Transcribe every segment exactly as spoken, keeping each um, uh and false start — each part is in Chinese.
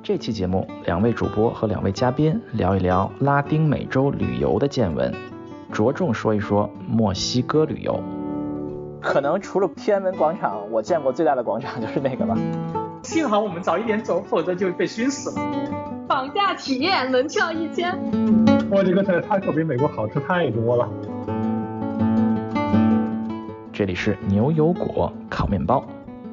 这期节目，两位主播和两位嘉宾聊一聊拉丁美洲旅游的见闻，着重说一说墨西哥旅游。可能除了天安门广场，我见过最大的广场就是那个吧。 幸好我们早一点走，否则就被熏死了。 绑架体验门票一千。 哇，这个在泰国比美国好吃太多了。 这里是牛油果烤面包。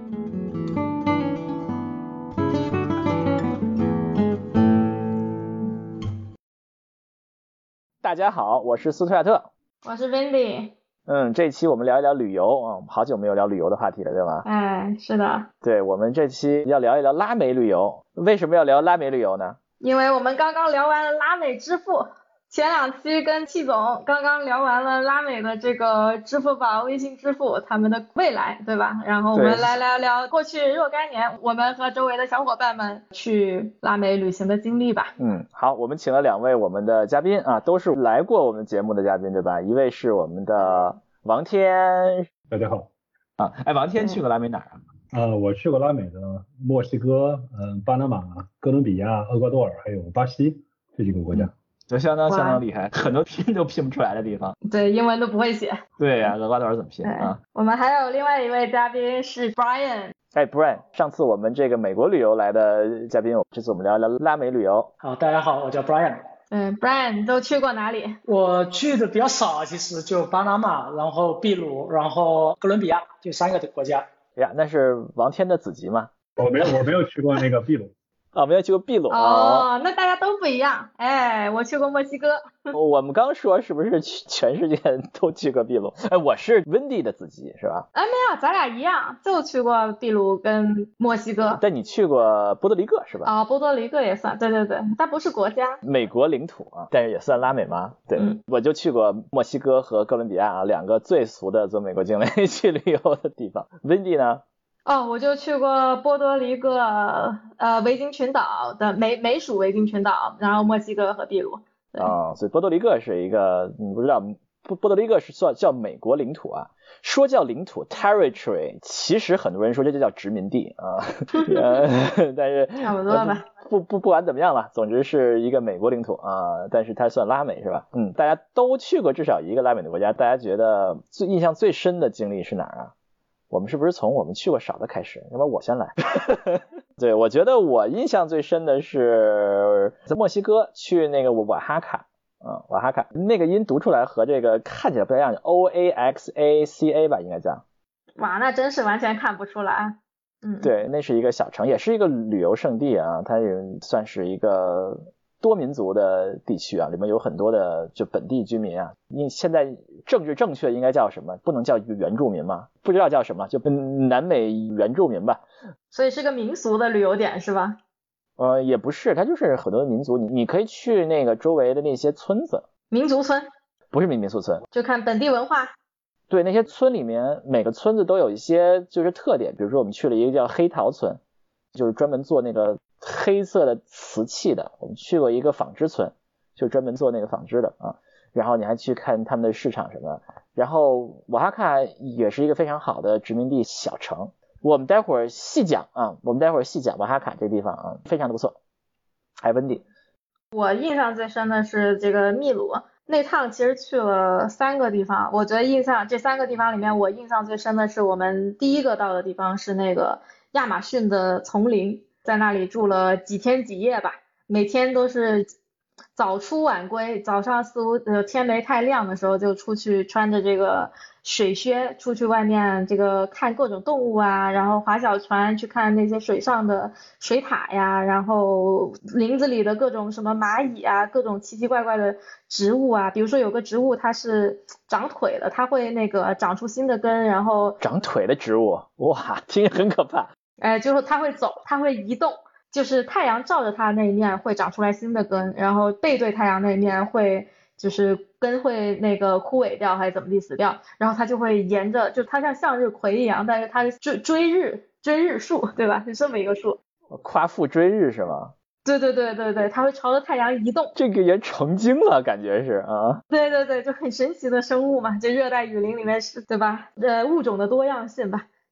大家好，我是斯图亚特， 我是 Wendy。 嗯，这期我们聊一聊旅游啊，好久没有聊旅游的话题了，对吗？ 哎，是的。 对，我们这期要聊一聊拉美旅游。为什么要聊拉美旅游呢？ 因为我们刚刚聊完了拉美支付，前两期跟戚总刚刚聊完了拉美的这个支付宝、微信支付他们的未来，对吧？然后我们来聊聊过去若干年我们和周围的小伙伴们去拉美旅行的经历吧。 嗯，好，我们请了两位我们的嘉宾啊，都是来过我们节目的嘉宾，对吧？一位是我们的王天。 大家好。 啊，哎，王天去过拉美哪儿啊？ 呃，我去过拉美的墨西哥、嗯、呃、巴拿马、哥伦比亚、厄瓜多尔还有巴西这几个国家。嗯， 就相当相当厉害，很多拼都拼不出来的地方。 对，英文都不会写。 对呀、啊，厄瓜多尔怎么拼啊？ 我们还有另外一位嘉宾是 Brian。 哎 ，Brian， 上次我们这个美国旅游来的嘉宾，这次我们聊一聊拉美旅游。 好，大家好，我叫 Brian。 嗯 ，Brian 都去过哪里？ 我去的比较少，其实就巴拿马，然后秘鲁，然后哥伦比亚，就三个国家。 呀，那是王天的子集吗？ 我没有，我没有去过那个秘鲁。 啊，没有去过秘鲁。 哦，那大家都不一样。哎，我去过墨西哥。 我们刚说是不是全世界都去过秘鲁？哎，我是 Wendy 的子集是吧？ 哎，没有，咱俩一样，就去过秘鲁跟墨西哥。 但你去过波多黎各是吧？ 啊、哦，波多黎各也算，对对对，它不是国家， 美国领土啊，但是也算拉美吗？对， 嗯、 我就去过墨西哥和哥伦比亚啊，两个最俗的做美国境内去旅游的地方。Wendy 呢？ 哦，我就去过波多黎各呃维京群岛的美美属维京群岛，然后墨西哥和秘鲁。 啊、哦，所以波多黎各是一个，你不知道，波波多黎各是算叫美国领土啊。说叫领土 territory， 其实很多人说这就叫殖民地啊，呃、但是差不多吧。 不不不管怎么样了，总之是一个美国领土啊，但是它算拉美是吧？嗯，大家都去过至少一个拉美的国家，大家觉得最印象最深的经历是哪儿啊？我们是不是从我们去过少的开始？要不然我先来。对，我觉得我印象最深的是在墨西哥去那个瓦哈卡，嗯，瓦哈卡那个音读出来和这个看起来不太一样 ，O A X A C A 吧，应该叫。 哇，那真是完全看不出来。嗯， 对，那是一个小城，也是一个旅游胜地啊，它也算是一个多民族的地区啊，里面有很多的就本地居民啊。因现在政治正确应该叫什么？不能叫原住民吗？不知道叫什么，就南美原住民吧。 所以是个民俗的旅游点是吧？ 呃，也不是，它就是很多民族，你你可以去那个周围的那些村子。 民族村？ 不是民民俗村， 就看本地文化。 对，那些村里面每个村子都有一些就是特点，比如说我们去了一个叫黑陶村，就是专门做那个黑色的瓷器的。我们去过一个纺织村，就专门做那个纺织的啊。然后你还去看他们的市场什么。然后瓦哈卡也是一个非常好的殖民地小城。我们待会儿细讲啊，我们待会儿细讲瓦哈卡这地方啊，非常的不错。还温蒂。 我印象最深的是这个秘鲁。那趟其实去了三个地方，我觉得印象这三个地方里面，我印象最深的是我们第一个到的地方是那个亚马逊的丛林，在那里住了几天几夜吧，每天都是早出晚归，早上四五呃天没太亮的时候就出去，穿着这个水靴出去外面这个看各种动物啊，然后划小船去看那些水上的水獭呀，然后林子里的各种什么蚂蚁啊，各种奇奇怪怪的植物啊，比如说有个植物它是长腿的，它会那个长出新的根，然后长腿的植物，哇，听着很可怕。 哎，就是它会走，它会移动。就是太阳照着它那一面会长出来新的根，然后背对太阳那一面会就是根会那个枯萎掉还是怎么地死掉，然后它就会沿着，就它像向日葵一样，但是它是追追日追日树，对吧？是这么一个树。 夸父追日是吗？ 对对对对对，它会朝着太阳移动。 这个也成精了，感觉是啊。 对对对，就很神奇的生物嘛，就热带雨林里面是，对吧？呃，物种的多样性吧。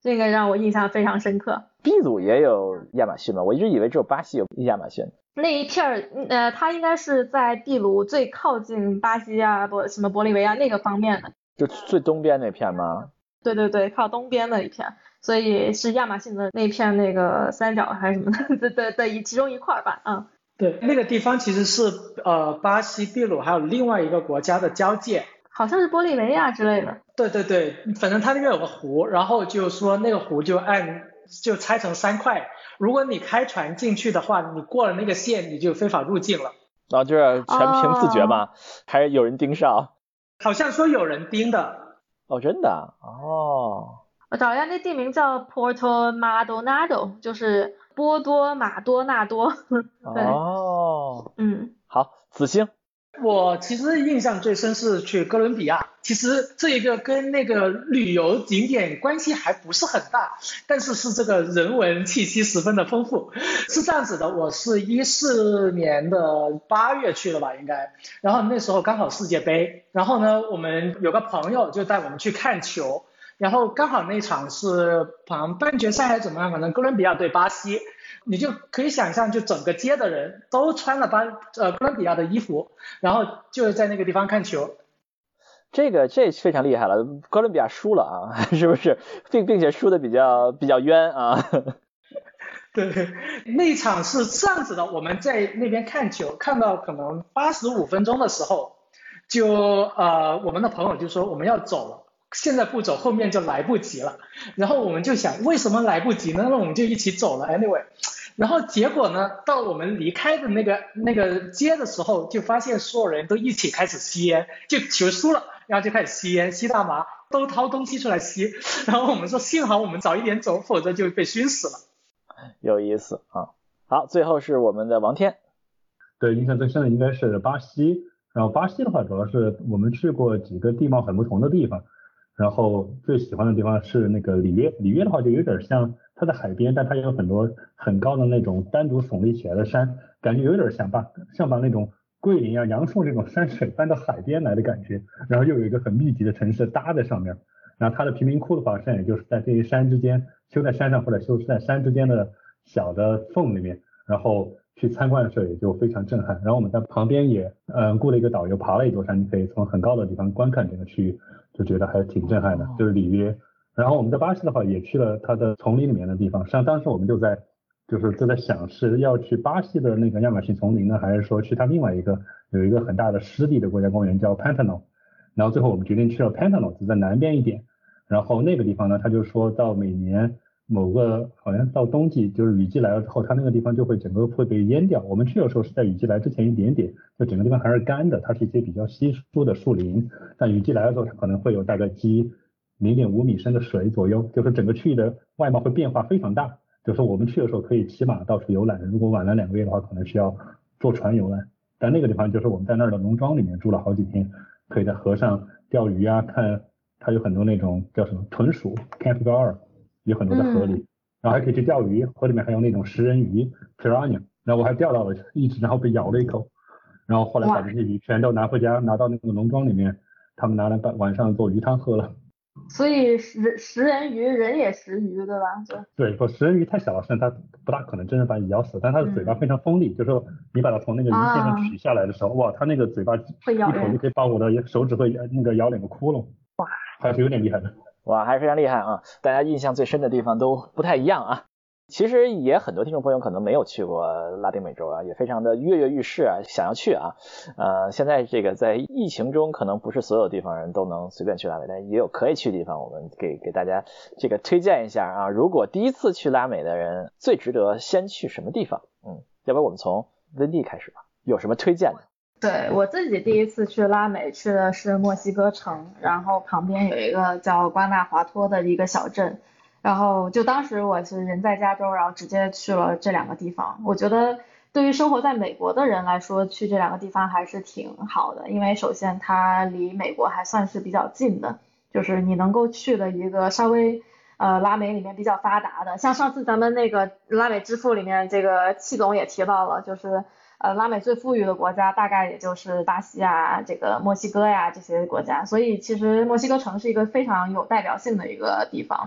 这个让我印象非常深刻。 秘鲁也有亚马逊吗？我一直以为只有巴西有亚马逊。 那一片儿，呃，它应该是在秘鲁最靠近巴西啊，不什么玻利维亚那个方面的， 就最东边那片吗？ 对对对，靠东边的一片，所以是亚马逊的那片那个三角还是什么的的的的一其中一块吧，嗯。 对，那个地方其实是呃巴西、秘鲁还有另外一个国家的交界， 好像是玻利维亚之类的。 对对对，反正它那边有个湖，然后就说那个湖就按就拆成三块，如果你开船进去的话，你过了那个线你就非法入境了。 然后就是全凭自觉吗？ 哦、 还是有人盯梢？ 好像说有人盯的。 哦，真的？哦。 我找一下，那地名叫 Puerto Maldonado， 就是波多马多纳多。对。 哦。 嗯。 好，子星。 我其实印象最深是去哥伦比亚，其实这一个跟那个旅游景点关系还不是很大，但是是这个人文气息十分的丰富。是这样子的，我是一四年的八月去的吧应该，然后那时候刚好世界杯，然后呢我们有个朋友就带我们去看球，然后刚好那场是好像半决赛还是怎么样，反正哥伦比亚对巴西，你就可以想象，就整个街的人都穿了巴呃哥伦比亚的衣服，然后就在那个地方看球。 这个这非常厉害了，哥伦比亚输了啊，是不是？并并且输的比较比较冤啊。 对，那一场是这样子的，我们在那边看球，看到可能八十五分钟的时候，就呃我们的朋友就说我们要走了。现在不走后面就来不及了，然后我们就想为什么来不及呢？那我们就一起走了 anyway， 然后结果呢到我们离开的那个那个街的时候，就发现所有人都一起开始吸烟，就球输了然后就开始吸烟吸大麻，都掏东西出来吸，然后我们说幸好我们早一点走，否则就被熏死了。 有意思啊。好，最后是我们的王天。 对，印象最深的应该是巴西，然后巴西的话主要是我们去过几个地貌很不同的地方，然后最喜欢的地方是那个里约，里约的话就有点像它在海边，但它有很多很高的那种单独耸立起来的山，感觉有点像把像把那种桂林啊、杨树这种山水搬到海边来的感觉，然后又有一个很密集的城市搭在上面，然后它的贫民窟的话，实际上也就是在这些山之间，修在山上或者修在山之间的小的缝里面，然后去参观的时候也就非常震撼。然后我们在旁边也嗯雇了一个导游，爬了一座山，你可以从很高的地方观看整个区域，就觉得还挺震撼的，就是里约。然后我们在巴西的话也去了它的丛林里面的地方，实际上当时我们就在就是就在想是要去巴西的那个亚马逊丛林呢，还是说去它另外一个有一个很大的湿地的国家公园叫 Pantano， 然后最后我们决定去了 Pantano， 就在南边一点。然后那个地方呢，他就说到每年某个好像到冬季就是雨季来了之后，它那个地方就会整个会被淹掉。我们去的时候是在雨季来之前一点点，就整个地方还是干的，它是一些比较稀疏的树林，但雨季来了之后它可能会有大概积零点五米深的水左右，就是整个区域的外貌会变化非常大。就是我们去的时候可以骑马到处游览，如果晚了两个月的话可能需要坐船游览。但那个地方就是我们在那儿的农庄里面住了好几天，可以在河上钓鱼啊，看它有很多那种叫什么豚鼠 capybara， 有很多在河里、嗯、然后还可以去钓鱼，河里面还有那种食人鱼 piranha， 然后我还钓到了一只，然后被咬了一口，然后后来把这些鱼全都拿回家，拿到那个农庄里面，他们拿来晚上做鱼汤喝了。 所以食食人鱼人也食鱼对吧？就对，说食人鱼太小了，甚至它不大可能真正把你咬死，但它的嘴巴非常锋利、嗯、就是说你把它从那个鱼线上取下来的时候、啊、哇，它那个嘴巴一口就可以把我的手指会那个咬两个窟窿，哇，还是有点厉害的。 哇，还是非常厉害啊！大家印象最深的地方都不太一样啊。其实也很多听众朋友可能没有去过拉丁美洲啊，也非常的跃跃欲试啊，想要去啊。呃，现在这个在疫情中，可能不是所有地方人都能随便去拉美，但也有可以去的地方，我们给给大家这个推荐一下啊。如果第一次去拉美的人，最值得先去什么地方？嗯，要不然我们从温蒂开始吧，有什么推荐的？ 对，我自己第一次去拉美去的是墨西哥城，然后旁边有一个叫瓜纳华托的一个小镇。然后就当时我是人在加州，然后直接去了这两个地方。我觉得对于生活在美国的人来说，去这两个地方还是挺好的，因为首先它离美国还算是比较近的，就是你能够去的一个稍微呃拉美里面比较发达的，像上次咱们那个拉美之父里面这个戚总也提到了，就是呃拉美最富裕的国家大概也就是巴西啊、这个墨西哥呀这些国家，所以其实墨西哥城是一个非常有代表性的一个地方。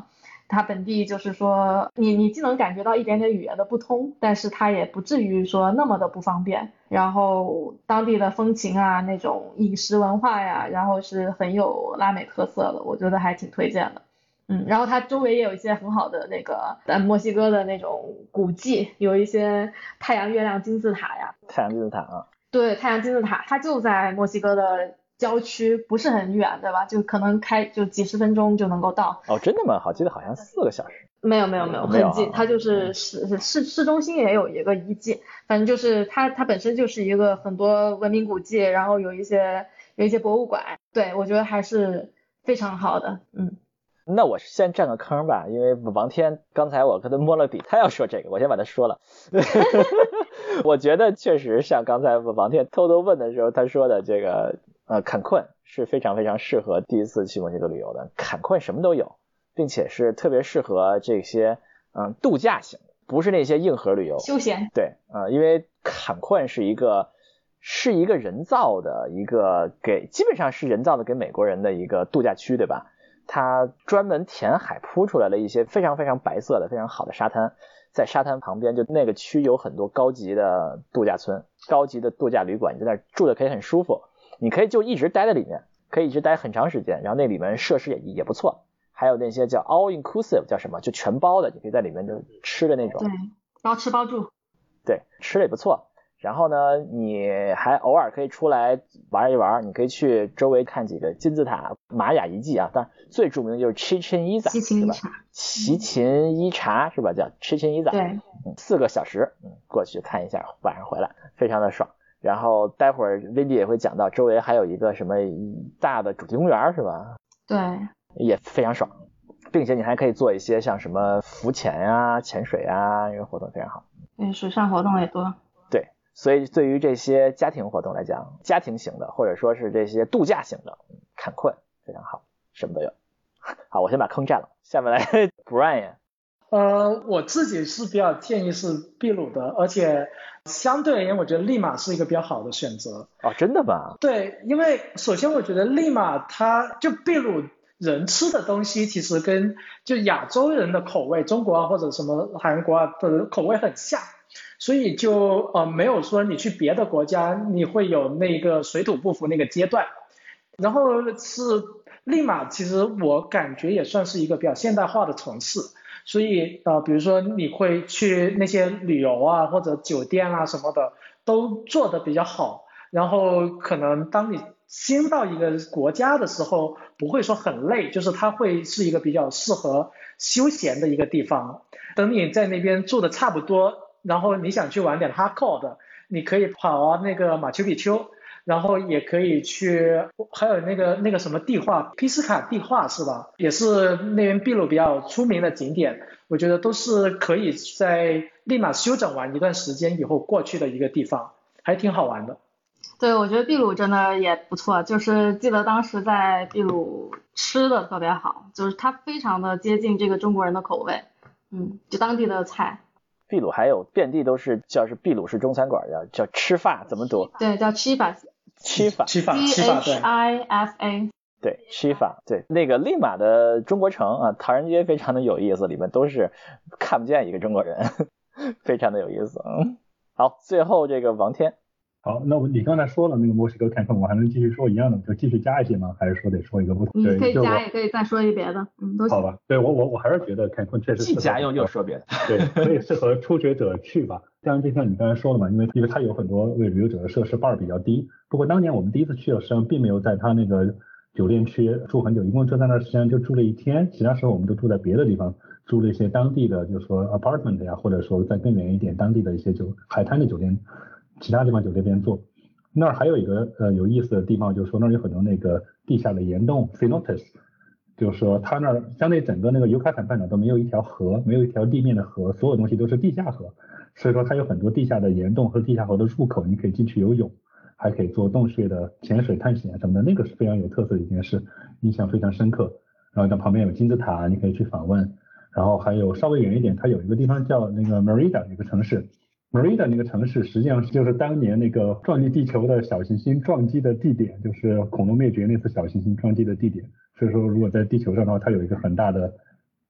它本地就是说你你既能感觉到一点点语言的不通，但是它也不至于说那么的不方便。然后当地的风情啊，那种饮食文化呀，然后是很有拉美特色的，我觉得还挺推荐的。嗯，然后它周围也有一些很好的那个呃墨西哥的那种古迹，有一些太阳、月亮、金字塔呀。 太阳金字塔啊。对， 太阳金字塔，它就在墨西哥的郊区，不是很远，对吧？就可能开就几十分钟就能够到。 哦，真的吗？好，记得好像四个小时。 没有没有没有，很近，它就是市市市中心也有一个遗迹，反正就是它它本身就是一个很多文明古迹，然后有一些有一些博物馆，对，我觉得还是非常好的，嗯。 那我先占个坑吧，因为王天刚才我跟他摸了底，他要说这个，我先把他说了。我觉得确实像刚才王天偷偷问的时候他说的，这个呃坎昆是非常非常适合第一次去墨西哥旅游的。坎昆什么都有，并且是特别适合这些嗯度假型，不是那些硬核旅游。 休闲。 对，呃，因为坎昆是一个是一个人造的一个给基本上是人造的给美国人的一个度假区，对吧？它专门填海铺出来了一些非常非常白色的非常好的沙滩，在沙滩旁边就那个区有很多高级的度假村，高级的度假旅馆，你在那儿住的可以很舒服，你可以就一直待在里面，可以一直待很长时间，然后那里面设施也也不错，还有那些叫 all inclusive 叫什么，就全包的，你可以在里面就吃的那种。 对，包吃包住。 对，吃的也不错。然后呢，你还偶尔可以出来玩一玩，你可以去周围看几个金字塔、玛雅遗迹啊，当然最著名的就是 Chichen Itza， 奇琴伊察， 奇琴伊察是吧？叫 Chichen Itza， 对， 嗯，四个小时，嗯，过去看一下，晚上回来，非常的爽。然后待会儿 Lindy 也会讲到，周围还有一个什么大的主题公园是吧？ 对， 也非常爽，并且你还可以做一些像什么浮潜呀、潜水啊，这个活动非常好。 对，水上活动也多。 对。所以对于这些家庭活动来讲，家庭型的或者说是这些度假型的，坎昆非常好，什么都有。好，我先把坑占了，下面来 Brian。 呃，我自己是比较建议是秘鲁的，而且相对而言，我觉得利马是一个比较好的选择。 哦，真的吗？ 对，因为首先我觉得利马它就秘鲁人吃的东西其实跟就亚洲人的口味，中国啊或者什么韩国啊的口味很像。所以就呃没有说你去别的国家你会有那个水土不服那个阶段，然后是利马其实我感觉也算是一个比较现代化的城市，所以呃比如说你会去那些旅游啊或者酒店啊什么的都做得比较好，然后可能当你新到一个国家的时候不会说很累，就是它会是一个比较适合休闲的一个地方。等你在那边住的差不多，然后你想去玩点 hardcore 的，你可以跑啊那个马丘比丘，然后也可以去，还有那个那个什么地画，皮斯卡地画是吧？也是那边秘鲁比较出名的景点，我觉得都是可以在立马休整完一段时间以后过去的一个地方，还挺好玩的。 对，我觉得秘鲁真的也不错，就是记得当时在秘鲁吃的特别好，就是它非常的接近这个中国人的口味，嗯，就当地的菜。 秘鲁还有遍地都是叫是秘鲁式中餐馆，叫叫吃法，怎么读？ 对，叫 Chifa。 Chifa C H I F A。 对 Chifa， 对，那个利马的中国城啊，唐人街非常的有意思，里面都是看不见一个中国人，非常的有意思。嗯，好，最后这个王天。 好，那我你刚才说了那个墨西哥坎昆，我还能继续说一样的，就继续加一些吗？还是说得说一个不同？ 你可以加，也可以再说一别的，嗯，都行。 好吧，对我我我还是觉得坎昆确实既加又又说别的， 对，所以适合初学者去吧。当然，就像你刚才说的嘛，因为因为它有很多为旅游者的设施bar比较低。不过当年我们第一次去的时候，并没有在它那个酒店区住很久，一共就在那时间就住了一天，其他时候我们都住在别的地方，住了一些当地的，就是说 apartment 呀，或者说再更远一点当地的一些酒海滩的酒店，其他地方酒店边做。那儿还有一个呃有意思的地方，就是说那儿有很多那个地下的岩洞 cenotes， 就是说它那儿相对整个那个尤卡坦半岛都没有一条河，没有一条地面的河，所有东西都是地下河，所以说它有很多地下的岩洞和地下河的入口，你可以进去游泳，还可以做洞穴的潜水探险什么的，那个是非常有特色的一件事，印象非常深刻。然后在旁边有金字塔，你可以去访问。然后还有稍微远一点，它有一个地方叫那个 Merida， 一个城市。Merida 那个城市实际上就是当年那个撞击地球的小行星撞击的地点，就是恐龙灭绝那次小行星撞击的地点。所以说如果在地球上的话，它有一个很大的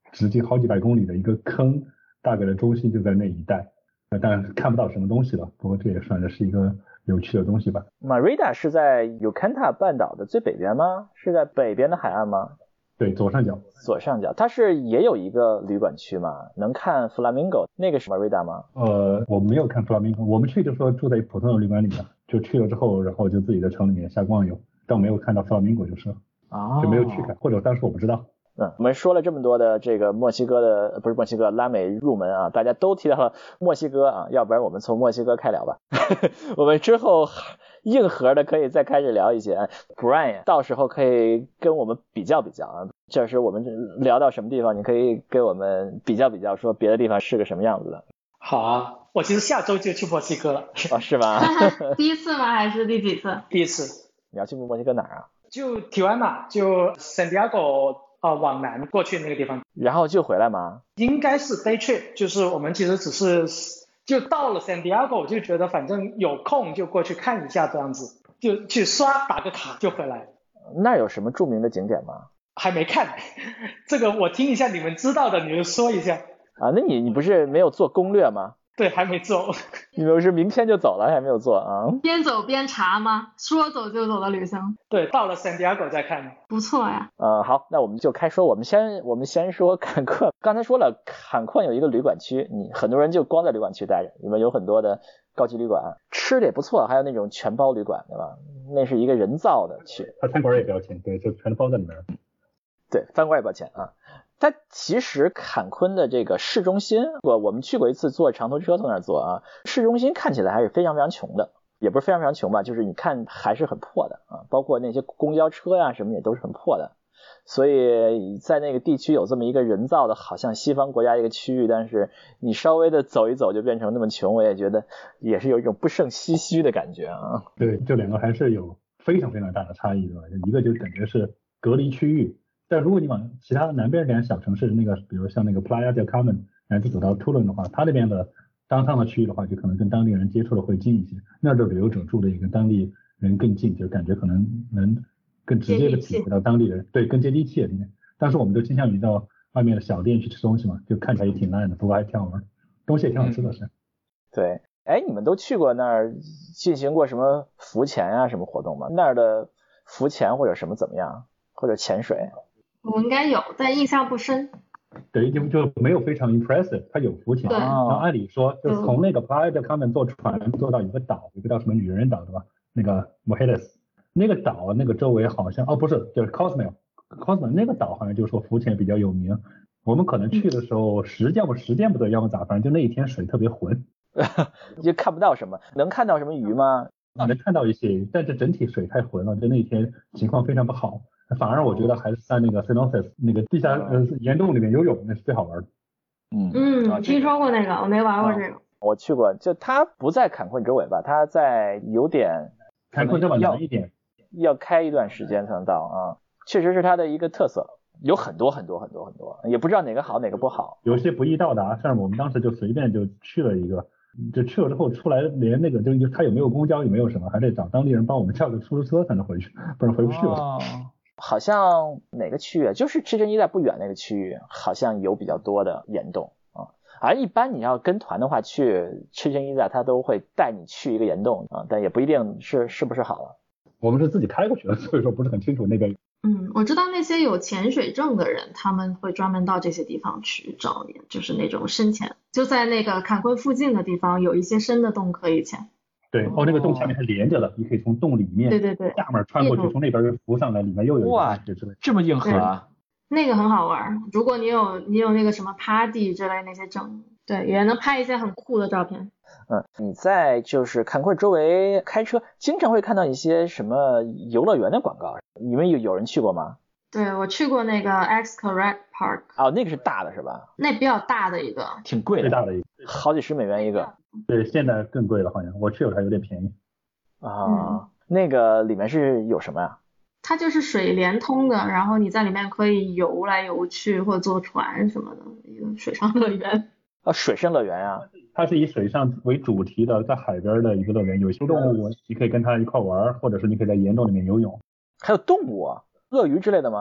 直径好几百公里的一个坑，大概的中心就在那一带。呃，当然看不到什么东西了，不过这也算是一个有趣的东西吧。 Merida 是在 Yucatan 半岛的最北边吗？是在北边的海岸吗？ 对，左上角。 左上角，它是也有一个旅馆区嘛，能看 Flamingo， 那个是 Merida 吗？ 呃，我没有看 Flamingo， 我们去就说住在普通的旅馆里面，就去了之后，然后就自己在城里面瞎逛悠，但没有看到 Flamingo 就是， 哦， 就没有去看，或者当时我不知道。 嗯，我们说了这么多的这个墨西哥的，不是墨西哥，拉美入门啊，大家都提到了墨西哥啊，要不然我们从墨西哥开聊吧。我们之后硬核的可以再开始聊一些 Brian， 到时候可以跟我们比较比较啊，这是我们聊到什么地方，你可以跟我们比较比较，说别的地方是个什么样子的。 好啊，我其实下周就去墨西哥了。 哦，是吗？ 第一次吗？还是第几次？ 第一次。 你要去墨西哥哪儿啊？ 就提湾嘛，就 San Diego。啊、呃，往南过去那个地方， 然后就回来吗？ 应该是 day trip， 就是我们其实只是就到了 San Diego， 就觉得反正有空就过去看一下这样子，就去刷打个卡就回来。 那有什么著名的景点吗？ 还没看，这个我听一下你们知道的，你们说一下。 啊，那你你不是没有做攻略吗？ 对，还没做。 你们是明天就走了，还没有做啊？ 边走边查吗？说走就走的旅行。 对，到了 San Diego 再看。 不错呀。 呃，好，那我们就开说，我们先我们先说坎昆。刚才说了，坎昆有一个旅馆区，你很多人就光在旅馆区待着，里面有很多的高级旅馆，吃的也不错，还有那种全包旅馆，对吧？那是一个人造的区。 它餐馆也不要钱，对，就全包在里面。 对，饭馆也不要钱啊。它其实坎昆的这个市中心，我我们去过一次，坐长途车从那儿坐啊，市中心看起来还是非常非常穷的，也不是非常非常穷吧，就是你看还是很破的啊，包括那些公交车呀什么也都是很破的，所以在那个地区有这么一个人造的，好像西方国家一个区域，但是你稍微的走一走就变成那么穷，我也觉得也是有一种不胜唏嘘的感觉啊。 对，这两个还是有非常非常大的差异的，一个就感觉是隔离区域。但如果你往其他的南边点小城市，那个比如像那个 Playa del Carmen， 然后走到 Tulum 的话，它那边的当趟的区域的话，就可能跟当地人接触的会近一些，那儿的旅游者住的也跟当地人更近，就感觉可能能更直接的体会到当地人，对，更接地气里面。但是我们都倾向于到外面的小店去吃东西嘛，就看起来也挺烂的，不过还挺好玩，东西也挺好吃的是。 嗯、对，哎，你们都去过那儿进行过什么浮潜啊什么活动吗？那儿的浮潜或者什么怎么样，或者潜水？ 我应该有，但印象不深。 对，就就没有非常 impressive， 它有浮潜。然后按理说，就从那个 Playa del Carmen 坐船坐到一个岛，一个叫什么女人岛对吧？那个 Mujeres， 那个岛那个周围好像哦不是，就是 Cozumel，Cozumel 那个岛好像就是说浮潜比较有名。我们可能去的时候时间不时间不对，要么咋，反正就那一天水特别浑， 就看不到什么。能看到什么鱼吗？ 能看到一些，但是整体水太浑了，就那一天情况非常不好。反而我觉得还是在那个 Cenotes 那个地下呃岩洞里面游泳那是最好玩的。 嗯嗯，听说过那个，我没玩过这个。 我去过，就它不在坎昆周围吧，它在有点坎昆这么难一点， 要开一段时间才能到啊。确实是它的一个特色，有很多很多很多很多，也不知道哪个好哪个不好。 有些不易到达，像我们当时就随便就去了一个，就去了之后出来连那个就它有没有公交有没有什么，还得找当地人帮我们叫个出租车才能回去，不然回不去了。 哦，好像哪个区域，就是赤珍伊在不远那个区域，好像有比较多的岩洞啊。而一般你要跟团的话，去赤珍伊在他都会带你去一个岩洞啊，但也不一定是是不是好了。 我们是自己开过去的，所以说不是很清楚那边。 嗯，我知道那些有潜水证的人，他们会专门到这些地方去找，就是那种深潜，就在那个坎昆附近的地方有一些深的洞可以潜。 对，哦，那个洞下面还连着了，你可以从洞里面， 对对对， 下面穿过去，从那边又浮上来，里面又有一个。 哇，这么硬核啊！ 那个很好玩，如果你有你有那个什么 party 之类那些证，对，也能拍一些很酷的照片。 嗯，你在就是坎昆周围开车，经常会看到一些什么游乐园的广告，你们有有人去过吗？ 对，我去过那个 Xcaret Park。 哦，那个是大的是吧？ 那比较大的一个， 挺贵的， 最大的一个， 好几十美元一个。 对，现在更贵了好像，我去了还有点便宜。 啊、 嗯， 那个里面是有什么呀？ 它就是水连通的，然后你在里面可以游来游去或者坐船什么的，一个水上乐园。 啊，水上乐园啊？ 它是以水上为主题的，在海边的一个乐园，有些动物你可以跟它一块玩，或者是你可以在岩洞里面游泳。 还有动物啊？鳄鱼之类的吗？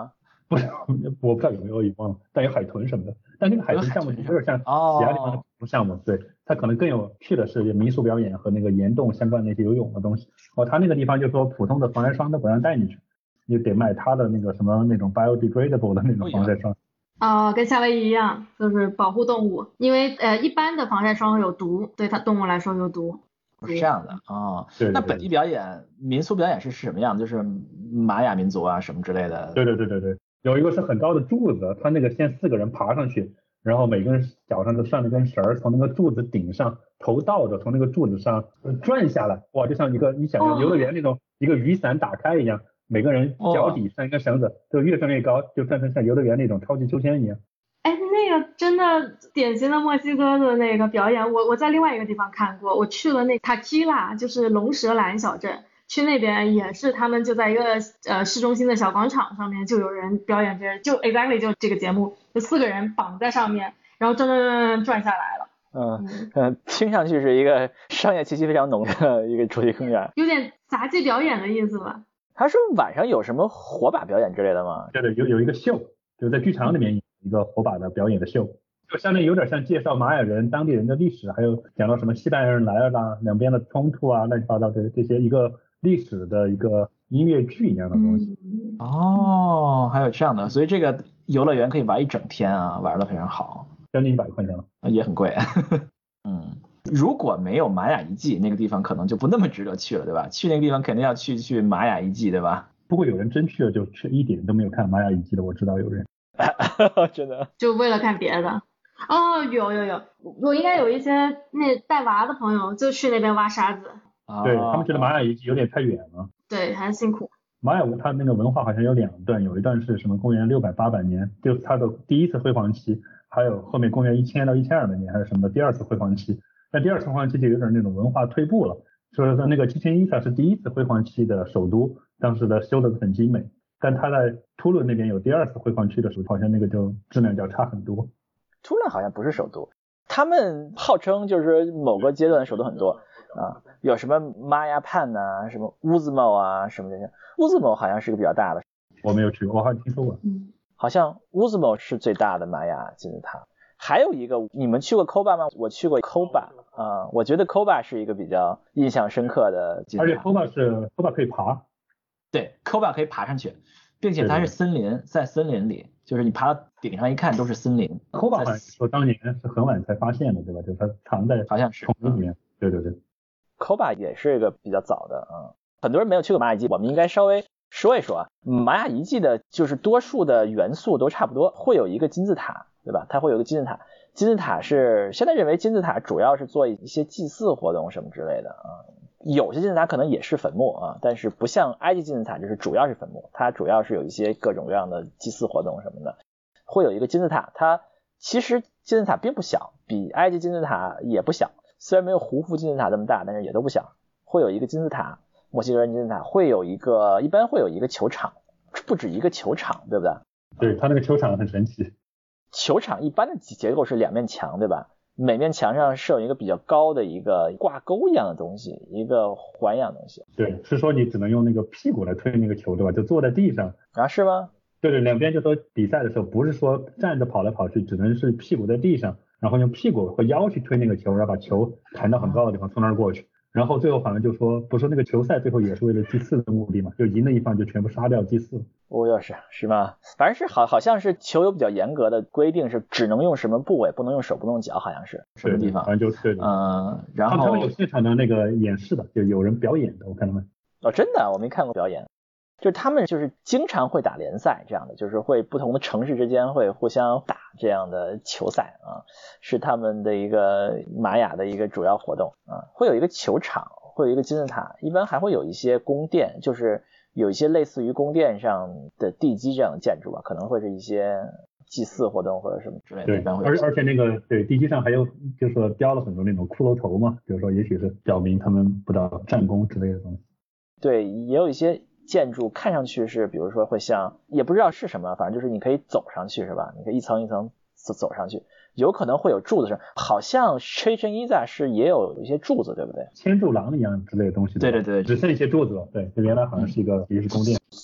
不是，我不知道有没有鳄鱼忘了，但有海豚什么的。但那个海豚项目有点像其他地方的普通项目，哦、对，它可能更有趣的是民俗表演和那个岩洞相关的那些游泳的东西。哦，他那个地方就说普通的防晒霜都不让带进去，你得买他的那个什么那种 biodegradable 的那种防晒霜。 哦，跟夏威夷一样，就是保护动物，因为呃一般的防晒霜有毒，对它动物来说有毒。 是这样的啊、哦， 对对对。 那本地表演、民俗表演是什么样？就是玛雅民族啊什么之类的。 对对对对对，有一个是很高的柱子，他那个先四个人爬上去，然后每个人脚上都上了根绳儿，从那个柱子顶上头倒着从那个柱子上转下来，哇，就像一个你想象游乐园那种、哦、一个雨伞打开一样，每个人脚底上一根绳子，就越转越高，就转成像游乐园那种超级秋千一样。 哎，那个真的典型的墨西哥的那个表演，我我在另外一个地方看过，我去了那塔基拉，就是龙舌兰小镇，去那边也是他们就在一个呃市中心的小广场上面就有人表演这就 exactly 就这个节目，就四个人绑在上面，然后转转转转下来了。 嗯嗯，听上去是一个商业气息非常浓的一个主题公园， 有点杂技表演的意思吧。 他是晚上有什么火把表演之类的吗？ 对对，有有一个秀，就在剧场里面一个火把的表演的秀，就相当于有点像介绍玛雅人当地人的历史，还有讲到什么西班牙人来了啦，两边的冲突啊，乱七八糟的这些一个历史的一个音乐剧一样的东西。 嗯、哦，还有这样的，所以这个游乐园可以玩一整天啊，玩得非常好， 将近一百块钱了， 也很贵。嗯，如果没有玛雅遗迹，那个地方可能就不那么值得去了，对吧？去那个地方肯定要去去玛雅遗迹，对吧？ 不过有人真去了就去一点都没有看玛雅遗迹的，我知道有人。 真的？ 就为了看别的？哦，有有有，我应该有一些那带娃的朋友就去那边挖沙子。 对，他们觉得玛雅遗迹有点太远了。 对，还辛苦。 玛雅它那个文化好像有两段，有一段是什么公元六百八百年，就是它的第一次辉煌期，还有后面公元一千到一千二百年还是什么的第二次辉煌期。但第二次辉煌期就有点那种文化退步了，所以说那个基千伊萨是第一次辉煌期的首都，当时的修的很精美，但它在突伦那边有第二次辉煌期的时候，好像那个就质量就要差很多。 突伦好像不是首都，他们号称就是某个阶段的首都很多啊，有什么玛雅畔啊，什么乌兹莫啊，什么这些。乌兹莫好像是个比较大的， 我没有去过，我好像听说过。 嗯， 好像乌兹莫是最大的玛雅金字塔。还有一个，你们去过 Koba 吗？我去过 Koba 啊、呃，我觉得 Koba 是一个比较印象深刻的金字塔。 而且 Koba 是 Koba 可以爬。 对 ，Koba 可以爬上去，并且它是森林，对对在森林里，就是你爬到顶上一看都是森林。 Koba 好像说当年是很晚才发现的，对吧？就是它藏在好像是丛林里面。对对对 ，Koba 也是一个比较早的啊、嗯，很多人没有去过玛雅遗迹，我们应该稍微说一说啊。玛雅遗迹的就是多数的元素都差不多，会有一个金字塔，对吧？它会有一个金字塔，金字塔是现在认为金字塔主要是做一些祭祀活动什么之类的啊。有些金字塔可能也是坟墓啊，但是不像埃及金字塔就是主要是坟墓，它主要是有一些各种各样的祭祀活动什么的。会有一个金字塔，它其实金字塔并不小，比埃及金字塔也不小，虽然没有胡夫金字塔这么大，但是也都不小。会有一个金字塔，墨西哥人金字塔会有一个，一般会有一个球场，不止一个球场，对不对？ 对，它那个球场很神奇。 球场一般的结构是两面墙，对吧？每面墙上是有一个比较高的一个挂钩一样的东西，一个环一样的东西。 对，是说你只能用那个屁股来推那个球，对吧？就坐在地上。 啊，是吗？ 对对，两边就说比赛的时候不是说站着跑来跑去，只能是屁股在地上，然后用屁股和腰去推那个球，然后把球弹到很高的地方，从那儿过去。然后最后好像就说，不是说那个球赛最后也是为了祭祀的目的嘛，就赢的一方就全部杀掉祭祀。 哦，又是是吗？反正是好，好像是球有比较严格的规定，是只能用什么部位，不能用手，不能用脚，好像是什么地方？ 反正就对的。 嗯，然后他们有现场的那个演示的，就有人表演的，我看他们。 哦，真的，我没看过表演。就是他们就是经常会打联赛这样的，就是会不同的城市之间会互相打这样的球赛啊，是他们的一个玛雅的一个主要活动啊。会有一个球场，会有一个金字塔，一般还会有一些宫殿，就是有一些类似于宫殿上的地基这样的建筑吧，可能会是一些祭祀活动或者什么之类的。 对，而而且那个对地基上还有就是说雕了很多那种骷髅头嘛，比如说也许是表明他们不知道战功之类的东西。 对，也有一些建筑看上去是比如说会像也不知道是什么，反正就是你可以走上去是吧，你可以一层一层走走上去，有可能会有柱子上，好像 Chichen Itza 是也有一些柱子，对不对？ 千柱廊一样之类的东西。 对对对， 只剩一些柱子了。对，原来好像是一个也是宫殿。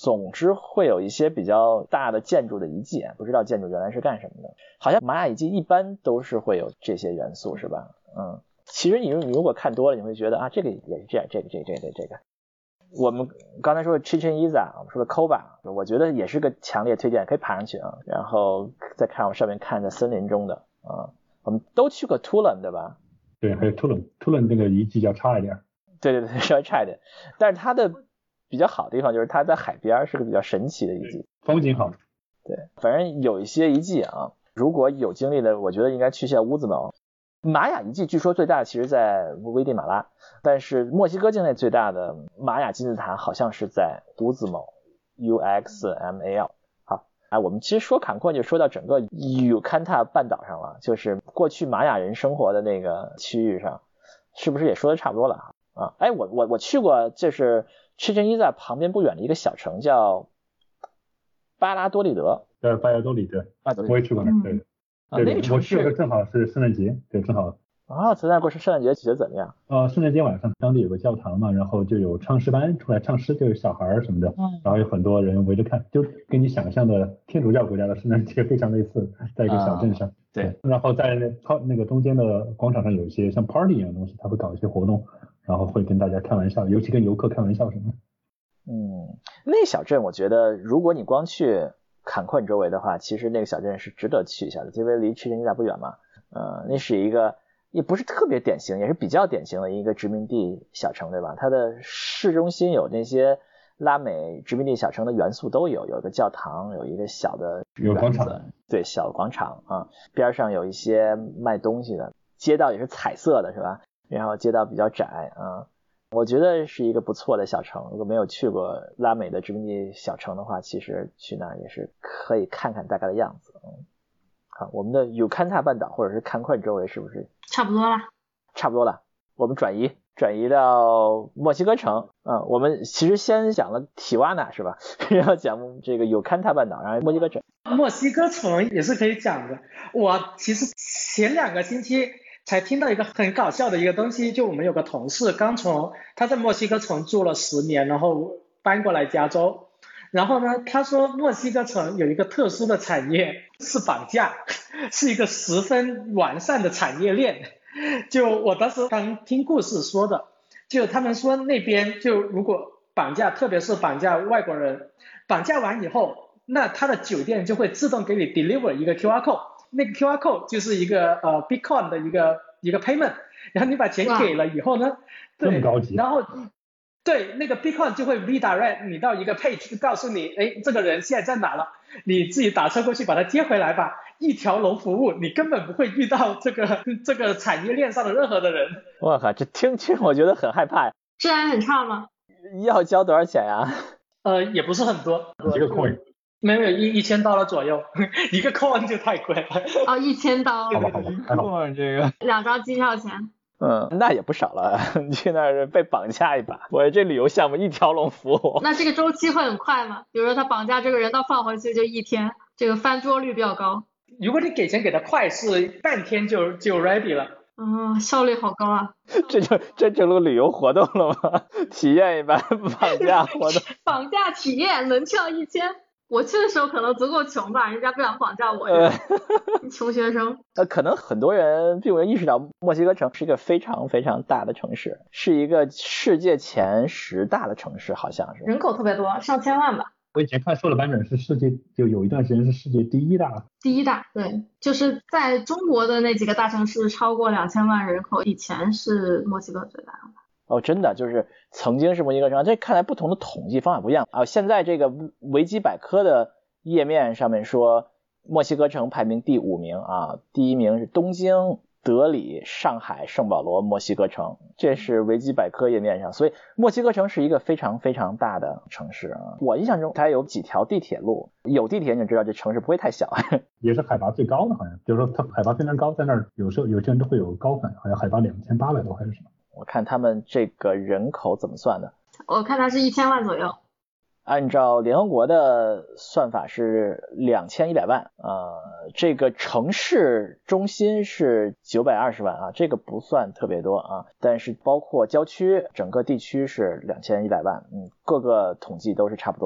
总之会有一些比较大的建筑的遗迹，不知道建筑原来是干什么的。好像玛雅遗迹一般都是会有这些元素，是吧？嗯，其实你你如果看多了，你会觉得啊，这个也是这样，这个这个这个这个。我们刚才说的 Chichen Itza， 我们说的 Koba， 我觉得也是个强烈推荐，可以爬上去啊。然后再看我上面看在森林中的啊，我们都去过 Tulum 对吧？ 对，还有 Tulum，Tulum 那个遗迹要差一点。 对对对，稍微差一点，但是它的比较好的地方就是它在海边，是个比较神奇的遗迹， 风景好。 对，反正有一些遗迹啊，如果有精力的，我觉得应该去一下乌兹毛。玛雅遗迹据说最大的其实在危地马拉，但是墨西哥境内最大的玛雅金字塔好像是在乌兹毛 U X M A L。 好啊，我们其实说坎昆就说到整个尤坎塔半岛上了，就是过去玛雅人生活的那个区域上，是不是也说的差不多了啊？哎，我我我去过，就是 Chichen Itza 旁边不远的一个小城叫巴拉多利德。 对，巴拉多利德，我也去过那，对。 啊， 对， 那个城市我去的正好是圣诞节，对，正好。 啊，在那过是圣诞节，觉得怎么样？ 呃，圣诞节晚上当地有个教堂嘛，然后就有唱诗班出来唱诗，就有小孩什么的，嗯、然后有很多人围着看，就跟你想象的天主教国家的圣诞节非常类似，在一个小镇上。啊、 对, 对，然后在那那个中间的广场上有一些像 party 一样的东西，他会搞一些活动，然后会跟大家开玩笑，尤其跟游客开玩笑什么的。 嗯，那小镇我觉得，如果你光去坎昆周围的话，其实那个小镇是值得去一下的，因为离 Chichen Itza 不远嘛。呃，那是一个也不是特别典型，也是比较典型的一个殖民地小城，对吧？它的市中心有那些拉美殖民地小城的元素都有，有一个教堂，有一个小的有广场， 对，小广场啊，边上有一些卖东西的，街道也是彩色的，是吧？然后街道比较窄啊。我觉得是一个不错的小城，如果没有去过拉美的殖民地小城的话，其实去那儿也是可以看看大概的样子。嗯，好，我们的尤坎塔半岛或者是坎昆周围是不是差不多了？ 差不多了，我们转移转移到墨西哥城。嗯，我们其实先讲了提瓦纳是吧？然后讲这个尤坎塔半岛，然后墨西哥城。 墨西哥城也是可以讲的。我其实前两个星期才听到一个很搞笑的一个东西，就我们有个同事刚从他在墨西哥城住了十年，然后搬过来加州，然后呢他说墨西哥城有一个特殊的产业是绑架，是一个十分完善的产业链。就我当时刚听故事说的，就他们说那边就如果绑架，特别是绑架外国人，绑架完以后，那他的酒店就会自动给你 deliver 一个 Q R code，那个 Q R code 就是一个呃 Bitcoin 的一个一个 payment， 然后你把钱给了以后呢，对，然后对那个 Bitcoin 就会 redirect 你到一个 page， 就告诉你，哎，这个人现在在哪了，你自己打车过去把他接回来吧，一条龙服务，你根本不会遇到这个这个产业链上的任何的人。 我靠，这听听我觉得很害怕呀。 治安很差吗？ 要交多少钱呀？ 呃，也不是很多， 一个 coin。 没有一一千刀了左右，一个 coin 就太贵了。 哦，一千刀。 好吧好吧，还好这个两张机票钱。 嗯，那也不少了。你去那儿被绑架一把，我这旅游项目一条龙服务。 那这个周期会很快吗？比如说他绑架这个人到放回去就一天，这个翻桌率比较高。 如果你给钱给的快，是半天就就 ready 了。 哦，效率好高啊！ 这就这成了旅游活动了吗？体验一般绑架活动。 绑架体验门票一千。我去的时候可能足够穷吧，人家不想绑架我， 呃、 穷学生。 呃，可能很多人并没有意识到，墨西哥城是一个非常非常大的城市，是一个世界前十大的城市，好像是。 人口特别多，上千万吧。 我以前看说的版本是世界，就有一段时间是世界第一大。 第一大，对，就是在中国的那几个大城市超过两千万人口，以前是墨西哥最大的。 哦，真的就是曾经是墨西哥城，这看来不同的统计方法不一样啊。现在这个维基百科的页面上面说，墨西哥城排名第五名啊，第一名是东京、德里、上海、圣保罗、墨西哥城，这是维基百科页面上。所以墨西哥城是一个非常非常大的城市啊。我印象中它有几条地铁路，有地铁你就知道这城市不会太小。 也是海拔最高的，好像就是说它海拔非常高，在那儿有时候有些人都会有高反，好像海拔两千八百多还是什么。 我看他们这个人口怎么算的？ 我看它是一千万左右。 按照联合国的算法是两千一百万，呃，这个城市中心是九百二十万啊，这个不算特别多啊，但是包括郊区整个地区是两千一百万，嗯，各个统计都是差不多。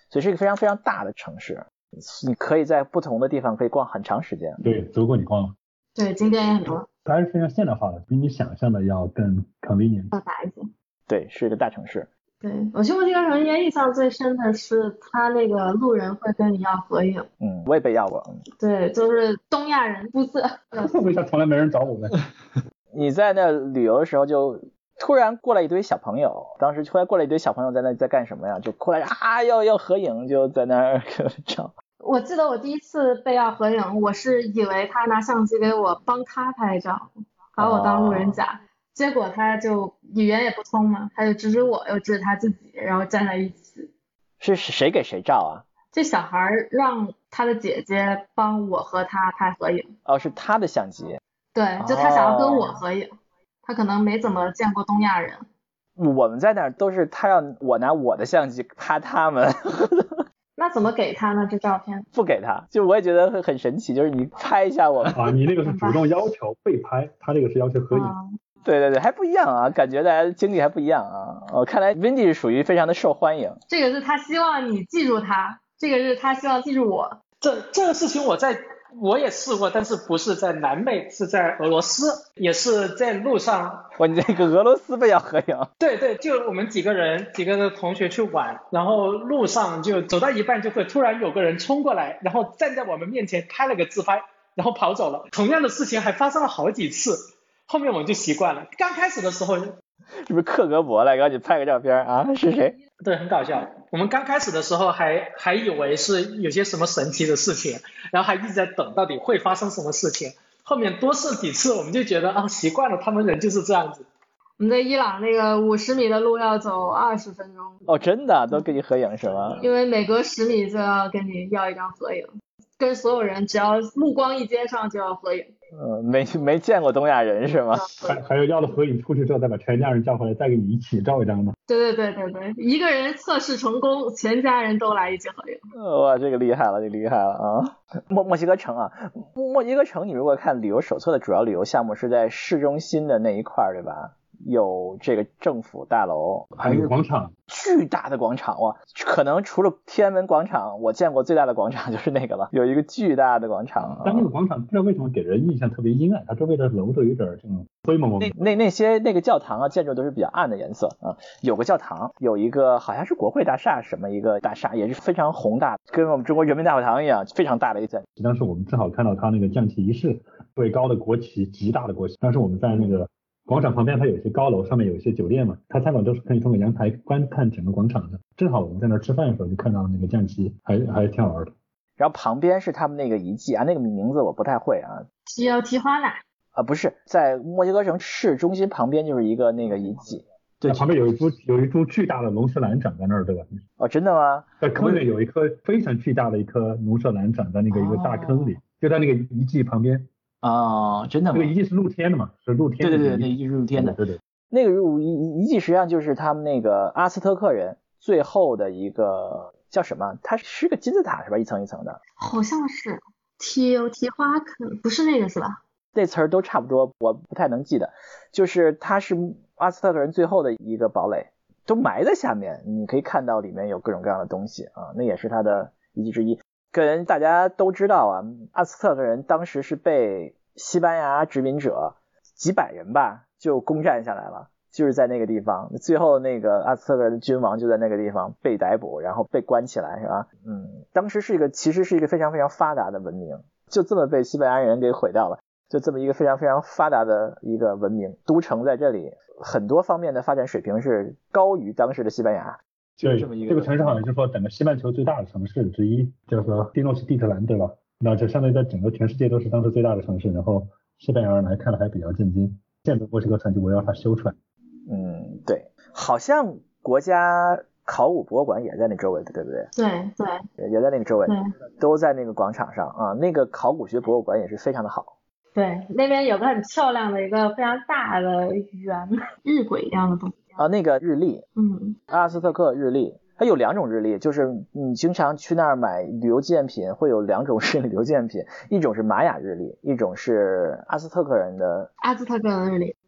所以是一个非常非常大的城市，你可以在不同的地方可以逛很长时间。 对，足够你逛了。 对，景点也很多。 它还是非常现代化的，比你想象的要更 convenient， 要大一些。 对，是一个大城市。 对，我去墨西哥城，应该印象最深的是他那个路人会跟你要合影。 嗯，我也被要过。 对，就是东亚人肤色。 为啥从来没人找我们？ 你在那旅游的时候就突然过来一堆小朋友，当时突然过来一堆小朋友在那在干什么呀？就过来啊要要合影，就在那儿照。 我记得我第一次被要合影，我是以为他拿相机给我帮他拍照，把我当路人甲。哦，结果他就语言也不通嘛，他就指指我，又指指他自己，然后站在一起。 是谁给谁照啊？ 这小孩让他的姐姐帮我和他拍合影。 哦，是他的相机。 对，就他想要跟我合影。哦，他可能没怎么见过东亚人。 我们在那儿都是他让我拿我的相机拍他们。 那怎么给他呢？这照片不给他，就我也觉得很很神奇，就是你拍一下我们啊，你那个是主动要求被拍，他这个是要求合影。 哦， 对对对，还不一样啊，感觉大家经历还不一样啊。哦，看来 Wendy 是属于非常的受欢迎。 这个是他希望你记住他，这个是他希望记住我。 这这个事情我在我也试过，但是不是在南美，是在俄罗斯，也是在路上。 哇，你这个俄罗斯被要合影？ 对对，就我们几个人几个同学去玩，然后路上就走到一半就会突然有个人冲过来，然后站在我们面前拍了个自拍，然后跑走了。同样的事情还发生了好几次，后面我们就习惯了。刚开始的时候是不是克格勃来赶紧拍个照片啊？是谁？ 对，很搞笑。我们刚开始的时候还还以为是有些什么神奇的事情，然后还一直在等到底会发生什么事情。后面多试几次，我们就觉得啊，习惯了，他们人就是这样子。 我们在伊朗那个五十米的路要走二十分钟。 哦，真的都跟你合影是吗？ 因为每隔十米就要跟你要一张合影，跟所有人只要目光一接上就要合影。 嗯，没没见过东亚人是吗？ 还还有要了合影出去之后再把全家人叫回来，再给你一起照一张吗？ 对对对对对，一个人测试成功，全家人都来一起合影。 哇，这个厉害了，这个厉害了啊！墨墨西哥城啊，墨西哥城，你如果看旅游手册的主要旅游项目是在市中心的那一块，对吧？有这个政府大楼， 还有广场， 巨大的广场哇！可能除了天安门广场，我见过最大的广场就是那个了，有一个巨大的广场。 但那个广场不知道为什么给人印象特别阴暗，它周围的楼都有点这种灰蒙蒙。 那那那些那个教堂啊，建筑都是比较暗的颜色啊。有个教堂，有一个好像是国会大厦什么一个大厦，也是非常宏大，跟我们中国人民大会堂一样，非常大的一个建筑。 当时我们正好看到它那个降旗仪式，最高的国旗，极大的国旗。当时我们在那个广场旁边，它有一些高楼，上面有一些酒店嘛，它餐馆都是可以通过阳台观看整个广场的。正好我们在那儿吃饭的时候就看到那个降旗，还还挺好玩的。 然后旁边是他们那个遗迹啊，那个名字我不太会啊。 提要提花奶啊，不是，在墨西哥城市中心旁边就是一个那个遗迹。 对，旁边有一株有一株巨大的龙舌兰长在那儿，对吧？ 哦，真的吗？ 在坑里有一颗非常巨大的一颗龙舌兰长在那个一个大坑里，哦、就在那个遗迹旁边。 哦，真的吗？ 这个遗迹是露天的嘛？是露天的。 对对对，那遗迹是露天的。 对对。 那个遗遗迹实际上就是他们那个阿斯特克人最后的一个叫什么？它是个金字塔是吧？一层一层的。 好像是。提有提花坑，不是那个是吧？ 这词儿都差不多，我不太能记得。就是它是阿斯特克人最后的一个堡垒，都埋在下面，你可以看到里面有各种各样的东西啊，那也是它的遗迹之一。跟大家都知道啊，阿斯特克人当时是被西班牙殖民者几百人吧就攻占下来了，就是在那个地方，最后那个阿斯特克人的君王就在那个地方被逮捕，然后被关起来，是吧？嗯，当时是一个其实是一个非常非常发达的文明，就这么被西班牙人给毁掉了。就这么一个非常非常发达的一个文明，都城在这里很多方面的发展水平是高于当时的西班牙。 就这么一个这个城市好像就是说整个西半球最大的城市之一，叫做蒂诺斯蒂特兰，对吧？那就相当于在整个全世界都是当时最大的城市，然后西班牙人来看了还比较震惊，现在墨西哥城就围绕它修出来。 嗯，对，好像国家考古博物馆也在那周围的，对不对？ 对对， 也在那个周围， 对， 都在那个广场上啊。那个考古学博物馆也是非常的好。 对，那边有个很漂亮的一个非常大的圆日晷一样的东西啊，那个日历， 嗯， 阿斯特克日历，它有两种日历，就是你经常去那儿买旅游纪念品，会有两种是旅游纪念品，一种是玛雅日历，一种是阿斯特克人的阿斯特克人的日历。